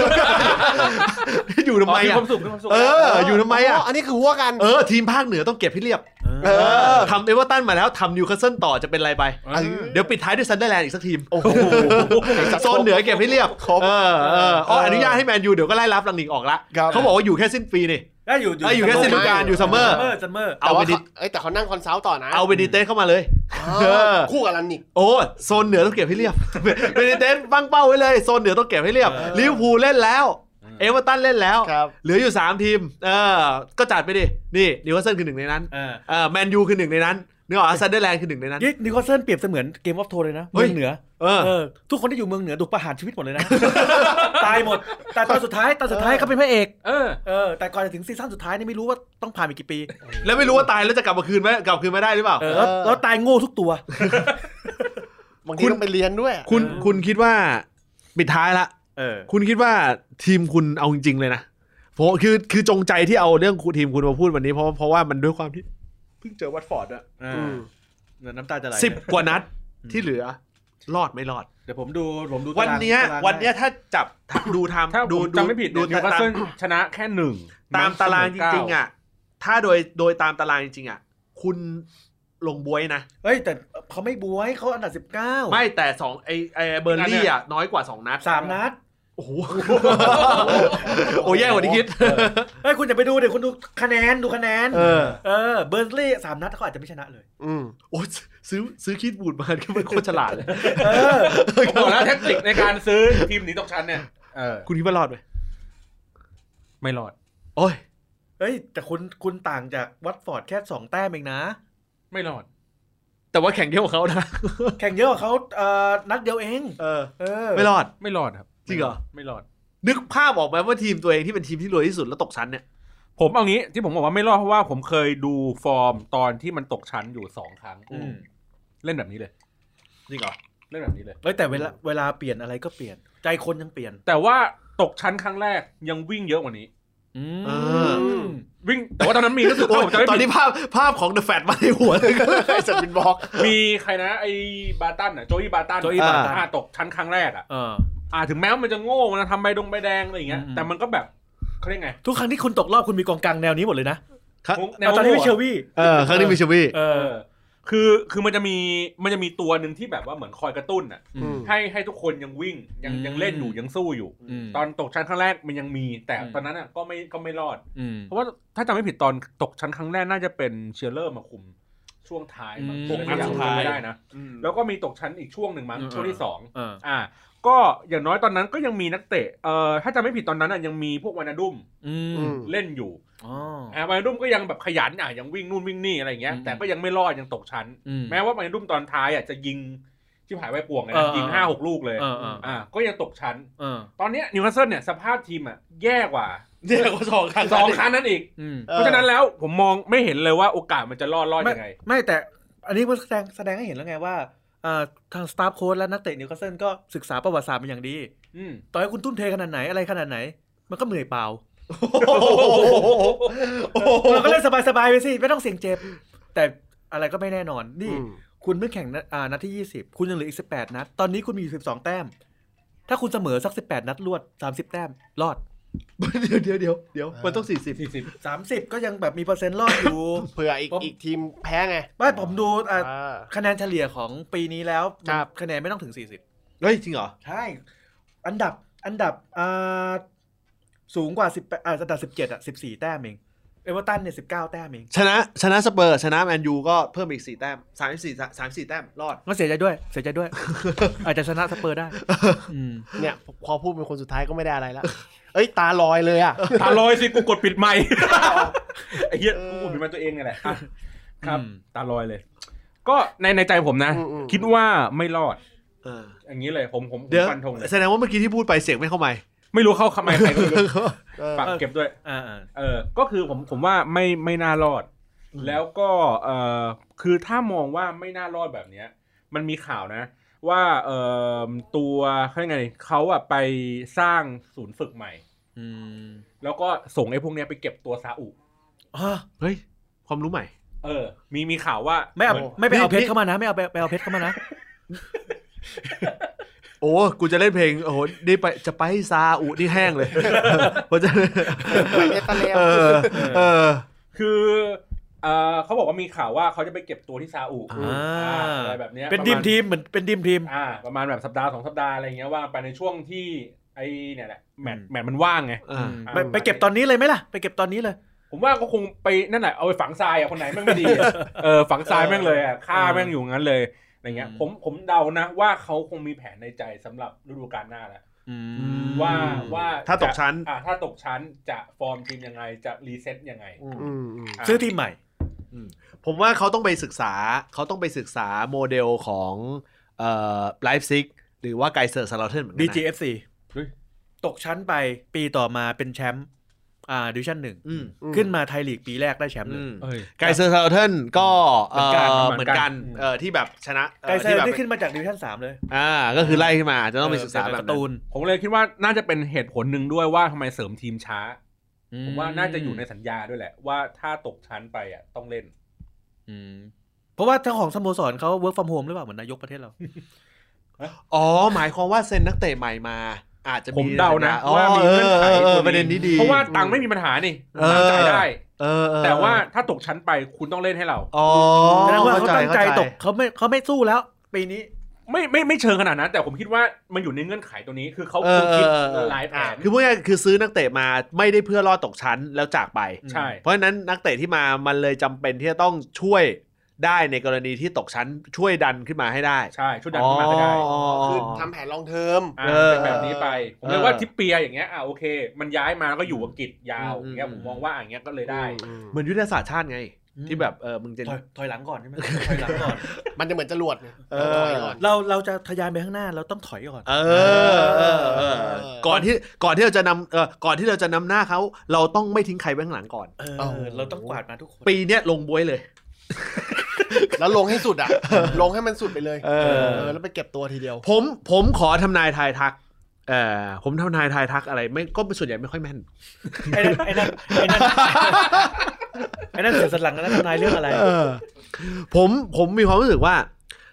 อยู่ทำไมอ่ะอยู่ทำไมอ่ะอันนี้คือหัวกันทีมภาคเหนือต้องเก็บให้เรียบทำเอเวอร์ตันมาแล้วทำนิวคาสเซิลต่อจะเป็นอะไรไปเดี๋ยวปิดท้ายด้วยซันเดอร์แลนด์อีกสักทีมโซนเหนือเก็บให้เรียบอนุญาตให้แมนยูเดี๋ยวก็ไล่รับลังนิกออกละเขาบอกว่าอยู่แค่สิ้นปีนี่อยู่แค่ฤดูกาลอยู่ซัมเมอร์เอาไปดิแต่เขานั่งคอนซัลท์ต่อนะเอาเบนิเตสเข้ามาเลยคู่กับลันนิกโอ้โซนเหนือต้องเก็บให้เรียบเบนิเตสตั้งเป้าไว้เลยโซนเหนือต้องเก็บให้เรียบลิเวอร์พูลเล่นแล้วเอเวอร์ตันเล่นแล้วเหลืออยู่3ทีมก็จัดไปดินี่นิวคาสเซิลคือ1ในนั้นแมนยูคือ1ในนั้นนึกออกซันเดอร์แลนด์คือ1ในนั้นนิวคาสเซิลเปรียบเสมือนเกมออฟโทนเลยนะเมืองเหนือทุกคนที่อยู่เมืองเหนือถูกประหารชีวิตหมดเลยนะตายหมดแต่ตอนสุดท้ายเขาเป็นพระเอกแต่ก่อนจะถึงซีซั่นสุดท้ายนี่ไม่รู้ว่าต้องผ่านไปกี่ปีแล้วไม่รู้ว่าตายแล้วจะกลับมาคืนไม่ได้หรือเปล่าแล้วตายโง่ทุกตัวบางทีต้องไปเรียนด้วยคุณคิดว่าปิดท้ายละคุณคิดว่าทีมคุณเอาจริงๆเลยนะเพราะคือจงใจที่เอาเรื่องทีมคุณมาพูดวันนี้เพราะว่ามันด้วยความที่เพิ่งเจอวัตฟอร์ดอะน้ำตาจะไหล 10 กว่านัดที่เหลือรอดไม่รอดเดี๋ยวผมดูวันนี้ถ้าจับดูทำดูจำไม่ผิดดูนิวคาสเซิลชนะแค่1 ตามตารางจริงๆอ่ะถ้าโดยตามตารางจริงๆอ่ะคุณลงบวยนะเฮ้ยแต่เขาไม่บวยเขาอันดับ19 ไม่แต่2ไอเบอร์ลี่อ่ะน้อยกว่า2นัด 3นัดโอ้โหแย่กว่าที่คิดเฮ้ยคุณอย่าไปดูเดี๋ยวคุณดูคะแนนเบอร์ลี่3นัดเขาอาจจะไม่ชนะเลยโอ้ซื้อคิดบูดมาก็เป็นโคตรฉลาดเลยบอกแล้วแท็กติกในการซื้อทีมหนีตกชั้นเนี่ยคุณคิดว่ารอดไหมไม่รอดโอ้ยเฮ้ยแต่คุณต่างจากวัตฟอร์ดแค่2แต้มเองนะไม่รอดแต่ว่าแข่งเยอะกว่าเขานะแข่งเยอะกว่าเขานัดเดียวเองไม่รอดครับจริงเหรอไม่รอดนึกภาพออกไหมว่าทีมตัวเองที่เป็นทีมที่รวยที่สุดแล้วตกชั้นเนี่ยผมเอางี้ที่ผมบอกว่าไม่รอดเพราะว่าผมเคยดูฟอร์มตอนที่มันตกชั้นอยู่2 ครั้งเล่นแบบนี้เลยจริงเหรอเล่นแบบนี้เลยแต่เวลาเปลี่ยนอะไรก็เปลี่ยนใจคนยังเปลี่ยนแต่ว่าตกชั้นครั้งแรกยังวิ่งเยอะกว่านี้วิ่งแต่ว่าตอนนั้นมีรู้สึกว่าตอนนี้ภาพของ The Fat มาในหัวเลยก็เลยสัตว์บินบอกมีใครนะไอ้บาตันอ่ะโจอี้บาตันตกชั้นครั้งแรกอ่ะถึงแม้มันจะโง่มันทำใบแดงอะไรอย่างเงี้ยแต่มันก็แบบเขาเรียกไงทุกครั้งที่คุณตกรอบคุณมีกองกลางแนวนี้หมดเลยนะตอนนี้มีเชลวี่ครั้งนี้มีเชลวี่คือมันจะมีตัวหนึ่งที่แบบว่าเหมือนคอยกระตุ้นอ่ะให้ทุกคนยังวิ่งยังเล่นอยู่ยังสู้อยู่ตอนตกชั้นครั้งแรกมันยังมีแต่ตอนนั้นอ่ะก็ไม่รอดเพราะว่าถ้าจำไม่ผิดตอนตกชั้นครั้งแรกน่าจะเป็นเชียร์เลอร์มาคุมช่วงท้าย6 นัดสุดท้ายไม่ได้นะแล้วก็มีตกชั้นอีกช่วงหนึ่งมั้งช่วงที่2ก็อย่างน้อยตอนนั้นก็ยังมีนักเตะถ้าจำไม่ผิดตอนนั้นยังมีพวกวานาดุมเล่นอยู่วานาดุมก็ยังแบบขยันยังวิ่งนู่นวิ่งนี่อะไรเงี้ยแต่ก็ยังไม่รอดยังตกชั้นแม้ว่าวานาดุมตอนท้ายจะยิงชิบหายไว้ป่วงเลยนะยิง 5-6 ลูกเลยก็ยังตกชั้นตอนนี้นิวคาสเซิลเนี่ยสภาพทีมแย่กว่า2 ครั้งนั้นอีกเพราะฉะนั้นแล้วผมมองไม่เห็นเลยว่าโอกาสมันจะรอดยังไงไม่แต่อันนี้มันแสดงให้เห็นแล้วไงว่าทางสตาฟโค้ชและนักเตะนิวคาสเซิลก็ศึกษาประวัติศาสตร์เป็นอย่างดีต่อให้คุณทุ่มเทขนาดไหนอะไรขนาดไหนมันก็เหนื่อยเปล่าเราก็เล่นสบายๆไปสิไม่ต้องเสี่ยงเจ็บแต่อะไรก็ไม่แน่นอนนี่คุณเพิ่งแข่งนัดที่20คุณยังเหลืออีก18นัดตอนนี้คุณมี12แต้มถ้าคุณเสมอสัก18นัดรวด30แต้มรอดเดี๋ยวมันต้อง 30ก็ยังแบบมีเปอร์เซ็นต์รอดอยู่เผื่ออีกทีมแพ้ไงไม่ผมดูคะแนนเฉลี่ยของปีนี้แล้วคะแนนไม่ต้องถึง40 เฮ้ยจริงเหรอใช่อันดับสูงกว่า10อันดับ17อ่ะ14แต้มเองเอเวอร์ตันเนี่ย19แต้มเองชนะสเปอร์ชนะแมนยูก็เพิ่มอีก4แต้ม34แต้มรอดก็เสียใจด้วย อาจจะชนะสเปอร์ได้เนี่ยพอพูดเป็นคนสุดท้ายก็ไม่ได้อะไรแล้วเอ้ยตาลอยเลยอ่ะตาลอยสิกูกดปิดไมค์ไอ้เหี้ยกูกดปิดไมค์ตัวเองนี่แหละครับตาลอยเลยก็ในใจผมนะคิดว่าไม่รอดอย่างนี้เลยผมฟันธงเลยแสดงว่าเมื่อกี้ที่พูดไปเสียงไม่เข้าไมค์ไม่รู้เข้าไมค์ใครก็ไม่รู้ฝากเก็บด้วยก็คือผมว่าไม่น่ารอดแล้วก็คือถ้ามองว่าไม่น่ารอดแบบนี้มันมีข่าวนะว่าตัวเขาเรียกไงเขาไปสร้างศูนย์ฝึกใหม่แล้วก็ส่งไอ้พวกนี้ไปเก็บตัวซาอุเฮ้ยความรู้ใหม่มีข่าวว่าไม่ไปเอาเพชรเข้ามานะไม่เอาไปเอาเพชรเข้ามานะโอ้กูจะเล่นเพลงโอ้โหนี่ไปจะไปซาอุนี่แห้งเลยเพราะจะคือเขาบอกว่ามีข่าวว่าเขาจะไปเก็บตัวที่ซาอุอะไรแบบนี้เป็นทีมเหมือนเป็นทีมประมาณแบบสัปดาห์2 สัปดาห์อะไรเงี้ยว่าไปในช่วงที่ไอ้เนี่ยแหละแมตช์มันว่างไงไปเก็บตอนนี้เลยไหมล่ะไปเก็บตอนนี้เลยผมว่าก็คงไปนั่นแหละเอาไปฝังทรายคนไหนแม่งไม่ดีฝังทรายแม่งเลยฆ่าแม่งอยู่งั้นเลยอะไรเงี้ยผมเดานะว่าเขาคงมีแผนในใจสำหรับฤดูกาลหน้าแล้วว่าถ้าตกชั้นจะฟอร์มทีมยังไงจะรีเซ็ตยังไงซื้อทีมใหม่ผมว่าเขาต้องไปศึกษาโมเดลของไลฟ์ซิกหรือว่าไกเซอร์ซาลาเทนเหมือนกัน DGFC ตกชั้นไปปีต่อมาเป็นแชมป์ดิวิชั่น1ขึ้นมาไทยลีกปีแรกได้แชมป์เลยไกเซอร์ซาลาเทนก็เหมือนกันที่แบบชนะไกเซอร์ที่ขึ้นมาจากดิวิชั่น3เลยก็คือไล่ขึ้นมาจะต้องไปศึกษาแบบตูนผมเลยคิดว่าน่าจะเป็นเหตุผลหนึ่งด้วยว่าทำไมเสริมทีมช้าผมว่าน่าจะอยู่ในสัญญาด้วยแหละว่าถ้าตกชั้นไปต้องเล่นเพราะว่าเจ้าของสโมสรเขา work from home หรือเปล่าเหมือนนายกประเทศเราหมายความว่าเซ็นนักเตะใหม่มาอาจจะผมเดานะว่ามีเงื่อนไขประเด็นนี้ดีเพราะว่าตังค์ไม่มีปัญหานี่ตังค์จ่ายได้แต่ว่าถ้าตกชั้นไปคุณต้องเล่นให้เราแสดงว่าเขาตั้งใจตกเขาไม่สู้แล้วปีนี้ไม่เชิงขนาดนั้นแต่ผมคิดว่ามันอยู่ในเงื่อนไขตัวนี้คือเขาคิดหลายแผนคือพวกนี้คือซื้อนักเตะมาไม่ได้เพื่อรอดตกชั้นแล้วจากไปใช่เพราะฉะนั้นนักเตะที่มามันเลยจำเป็นที่จะต้องช่วยได้ในกรณีที่ตกชั้นช่วยดันขึ้นมาให้ได้ใช่ช่วยดันขึ้นมาให้ได้คือทำแผนลองเทอมเป็นแบบนี้ไปผมเลยว่าทิปเปียอย่างเงี้ยโอเคมันย้ายมาแล้วก็อยู่อังกฤษยาวอย่างเงี้ยผมมองว่าอย่างเงี้ยก็เลยได้เหมือนยุทธศาสตร์ชาติไงที่แบบมึงจะถอยหลังก่อนใช่ไหมถอยหลังก่อนมันจะเหมือนจรวดถอยก่อนเราจะทะยานไปข้างหน้าเราต้องถอยก่อนก่อนที่เราจะนำก่อนที่เราจะนำหน้าเขาเราต้องไม่ทิ้งใครไว้ข้างหลังก่อนเราต้องกวาดมาทุกคนปีเนี้ยลงบวยเลยแล้วลงให้สุดลงให้มันสุดไปเลยแล้วไปเก็บตัวทีเดียวผมขอทำนายทายทักผมทำนายทายทักอะไรไม่ก็ส่วนใหญ่ไม่ค่อยแม่นไอ้นั่นเสียสลังนั่นทำนายเรื่องอะไรผมมีความรู้สึกว่า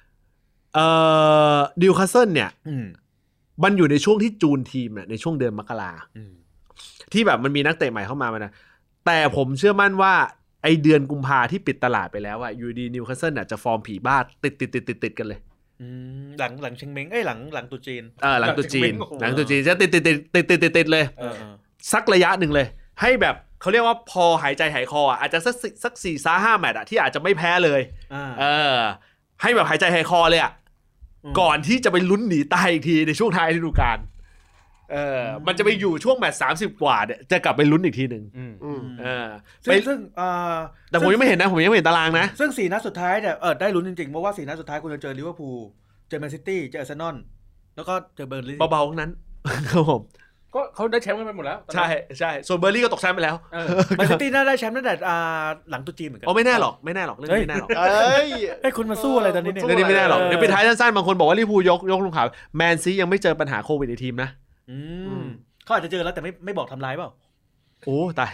นิวคาสเซิลเนี่ยมันอยู่ในช่วงที่จูนทีมในช่วงเดือนมกราที่แบบมันมีนักเตะใหม่เข้ามานะแต่ผมเชื่อมั่นว่าไอเดือนกุมภาที่ปิดตลาดไปแล้วอะอยู่ดีนิวคาสเซิลจะฟอร์มผีบ้าติดกันเลยหลังเชงเม้งหลังตุจีนหลังตุจีนจะติดเลยสักระยะหนึ่งเลยให้แบบเขาเรียกว่าพอหายใจหายคออาจจะสัก 4-5 แมตช์ที่อาจจะไม่แพ้เลยให้แบบหายใจหายคอเลยก่อนที่จะไปลุ้นหนีตายอีกทีในช่วงท้ายฤดูกาลมันจะไปอยู่ช่วงแมตช์30กว่าเนี่ยจะกลับไปลุ้นอีกทีนึงซึ่งแต่ผมยังไม่เห็นนะผมยังไม่เห็นตารางนะซึ่ง4นัดสุดท้ายเนี่ยได้ลุ้นจริงๆเพราะว่า4นัดสุดท้ายคุณจะเจอลิเวอร์พูลเจอแมนซิตี้เจออาร์เซนอลแล้วก็เจอเบอร์ลี่เบาๆทั้งนั้นครับผมก็เขาได้แชมป์กันไปหมดแล้วใช่ส่วนเบอร์ลี่ก็ตกแชมป์ไปแล้วแมนซิตี้น่าได้แชมป์ตั้งแต่หลังตุจีนเหมือนกันไม่แน่หรอกเรื่องนี้ไม่แน่หรอกให้คุณมาสู้อะไรตอนนี้เนี่ยเรื่องนี้ไม่แน่หรอกเดี๋ยวไปท้ายสั้นๆบางคนบอกว่าลิเวอร์พูลยกลงข่าวแมนซียังไม่เจอปัญหาโควิดในทีมนะเขาอาจจะเจอแล้วแต่ไม่บอกทำร้ายเปล่าโอ้ตาย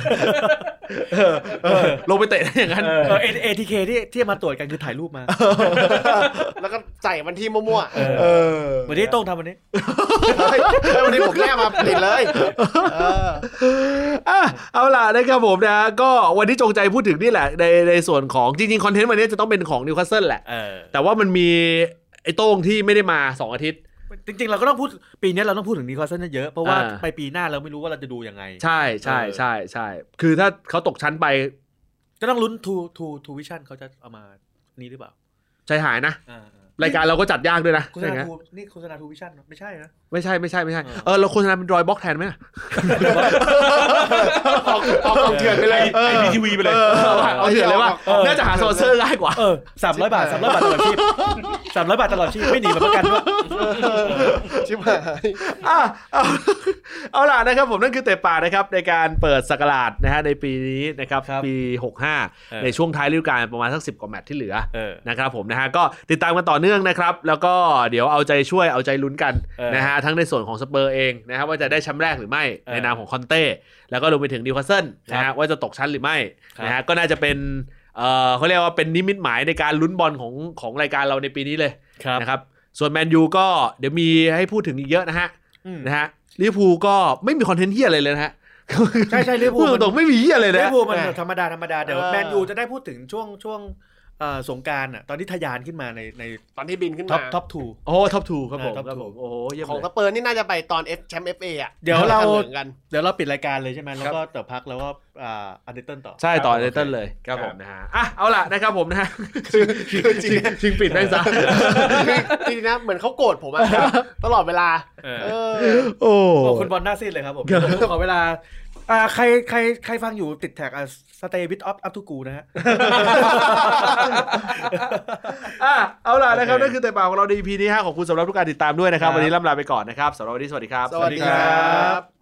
ลงไปเตะได้อย่างนั้น ATK ที่มาตรวจกันคือถ่ายรูปมาแล้วก็ใส่วันที่มั่วๆเหมือนที่โต้งทำวันนี้วันนี้ผมแลกมาติดเลยเอาล่ะนะครับผมนะก็วันนี้จงใจพูดถึงนี่แหละในส่วนของจริงๆคอนเทนต์วันนี้จะต้องเป็นของนิวคาสเซิลแหละแต่ว่ามันมีไอ้โต้งที่ไม่ได้มา2อาทิตย์จริงๆเราก็ต้องพูดปีนี้เราต้องพูดถึงนิวคาสเซิลเยอะเพราะว่าไปปีหน้าเราไม่รู้ว่าเราจะดูยังไงใช่คือถ้าเขาตกชั้นไปก็ต้องลุ้นทูวิชั่นเขาจะเอามานี่หรือเปล่าใจหายนะรายการเราก็จัดยากด้วยนะโฆษณานี่โฆษณาทูวิชั่นไม่ใช่นะไม่ใช่เราโฆษณาเป็นรอยบล็อกแทนไหมออกเถื่อนไปเลย IPTV ไปเลยเอาเถื่อนเลยว่าน่าจะหาสปอนเซอร์ง่ายกว่า 300 บาทตลอดชีพ300 บาทตลอดชีพไม่หนีแบบประกันด้วยชิบหายเอาล่ะนะครับผมนั่นคือเตะป่านะครับในการเปิดศักราชนะฮะในปีนี้นะครับปี65ในช่วงท้ายฤดูกาลประมาณสัก10กว่าแมตช์ที่เหลือนะครับผมนะฮะก็ติดตามกันต่อเนื่องนะครับแล้วก็เดี๋ยวเอาใจช่วยเอาใจลุ้นกันนะฮะทั้งในส่วนของสเปอร์เองนะครับว่าจะได้แชมป์แรกหรือไม่ในนามของคอนเต้แล้วก็รวมไปถึงนิวคาสเซิลนะฮะว่าจะตกชั้นหรือไม่นะฮะก็น่าจะเป็นเขาเรียกว่าเป็นนิมิตหมายในการลุ้นบอลของรายการเราในปีนี้เลยนะครับส่วนแมนยูก็เดี๋ยวมีให้พูดถึงอีกเยอะนะฮะลิเวอร์พูลก็ไม่มีคอนเทนต์เหี้ยอะไรเลยนะฮะใช่ลิเวอร์พูลตรงไม่มีเหี้ยอะไรเลยลิเวอร์พูลมันธรรมดาเดี๋ยวแมนยูจะได้พูดถึงช่วงสงกรานต์อ่ะตอนที่ทะยานขึ้นมาในตอนที่บินขึ้นมาท็อป 2ท็อป2ครับผมโอ้โหของสเปอร์นี่น่าจะไปตอนแชมป์ FA อ่ะเดี๋ยวเราปิดรายการเลยใช่ไหมแล้วก็ต่อพักแล้วก็อันเดอร์ตันต่อใช่ต่ออันเดอร์ตันเลยครับผมนะฮะเอาล่ะนะครับผมนะฮะจริงปิดได้ซะจริงนะเหมือนเขาโกรธผมอ่ะตลอดเวลาโอ้คุณบอลหน้าซีดเลยครับผมขอเวลาใครฟังอยู่ติดแท็กstay with up to go นะฮะเอาล่ะนะครับนั่นคือเตะปากของเราใน EP นี้ขอบคุณสำหรับทุกการติดตามด้วยนะครับวันนี้ล่ำลาไปก่อนนะครับสำหรับวันนี้สวัสดีครับสวัสดีครับ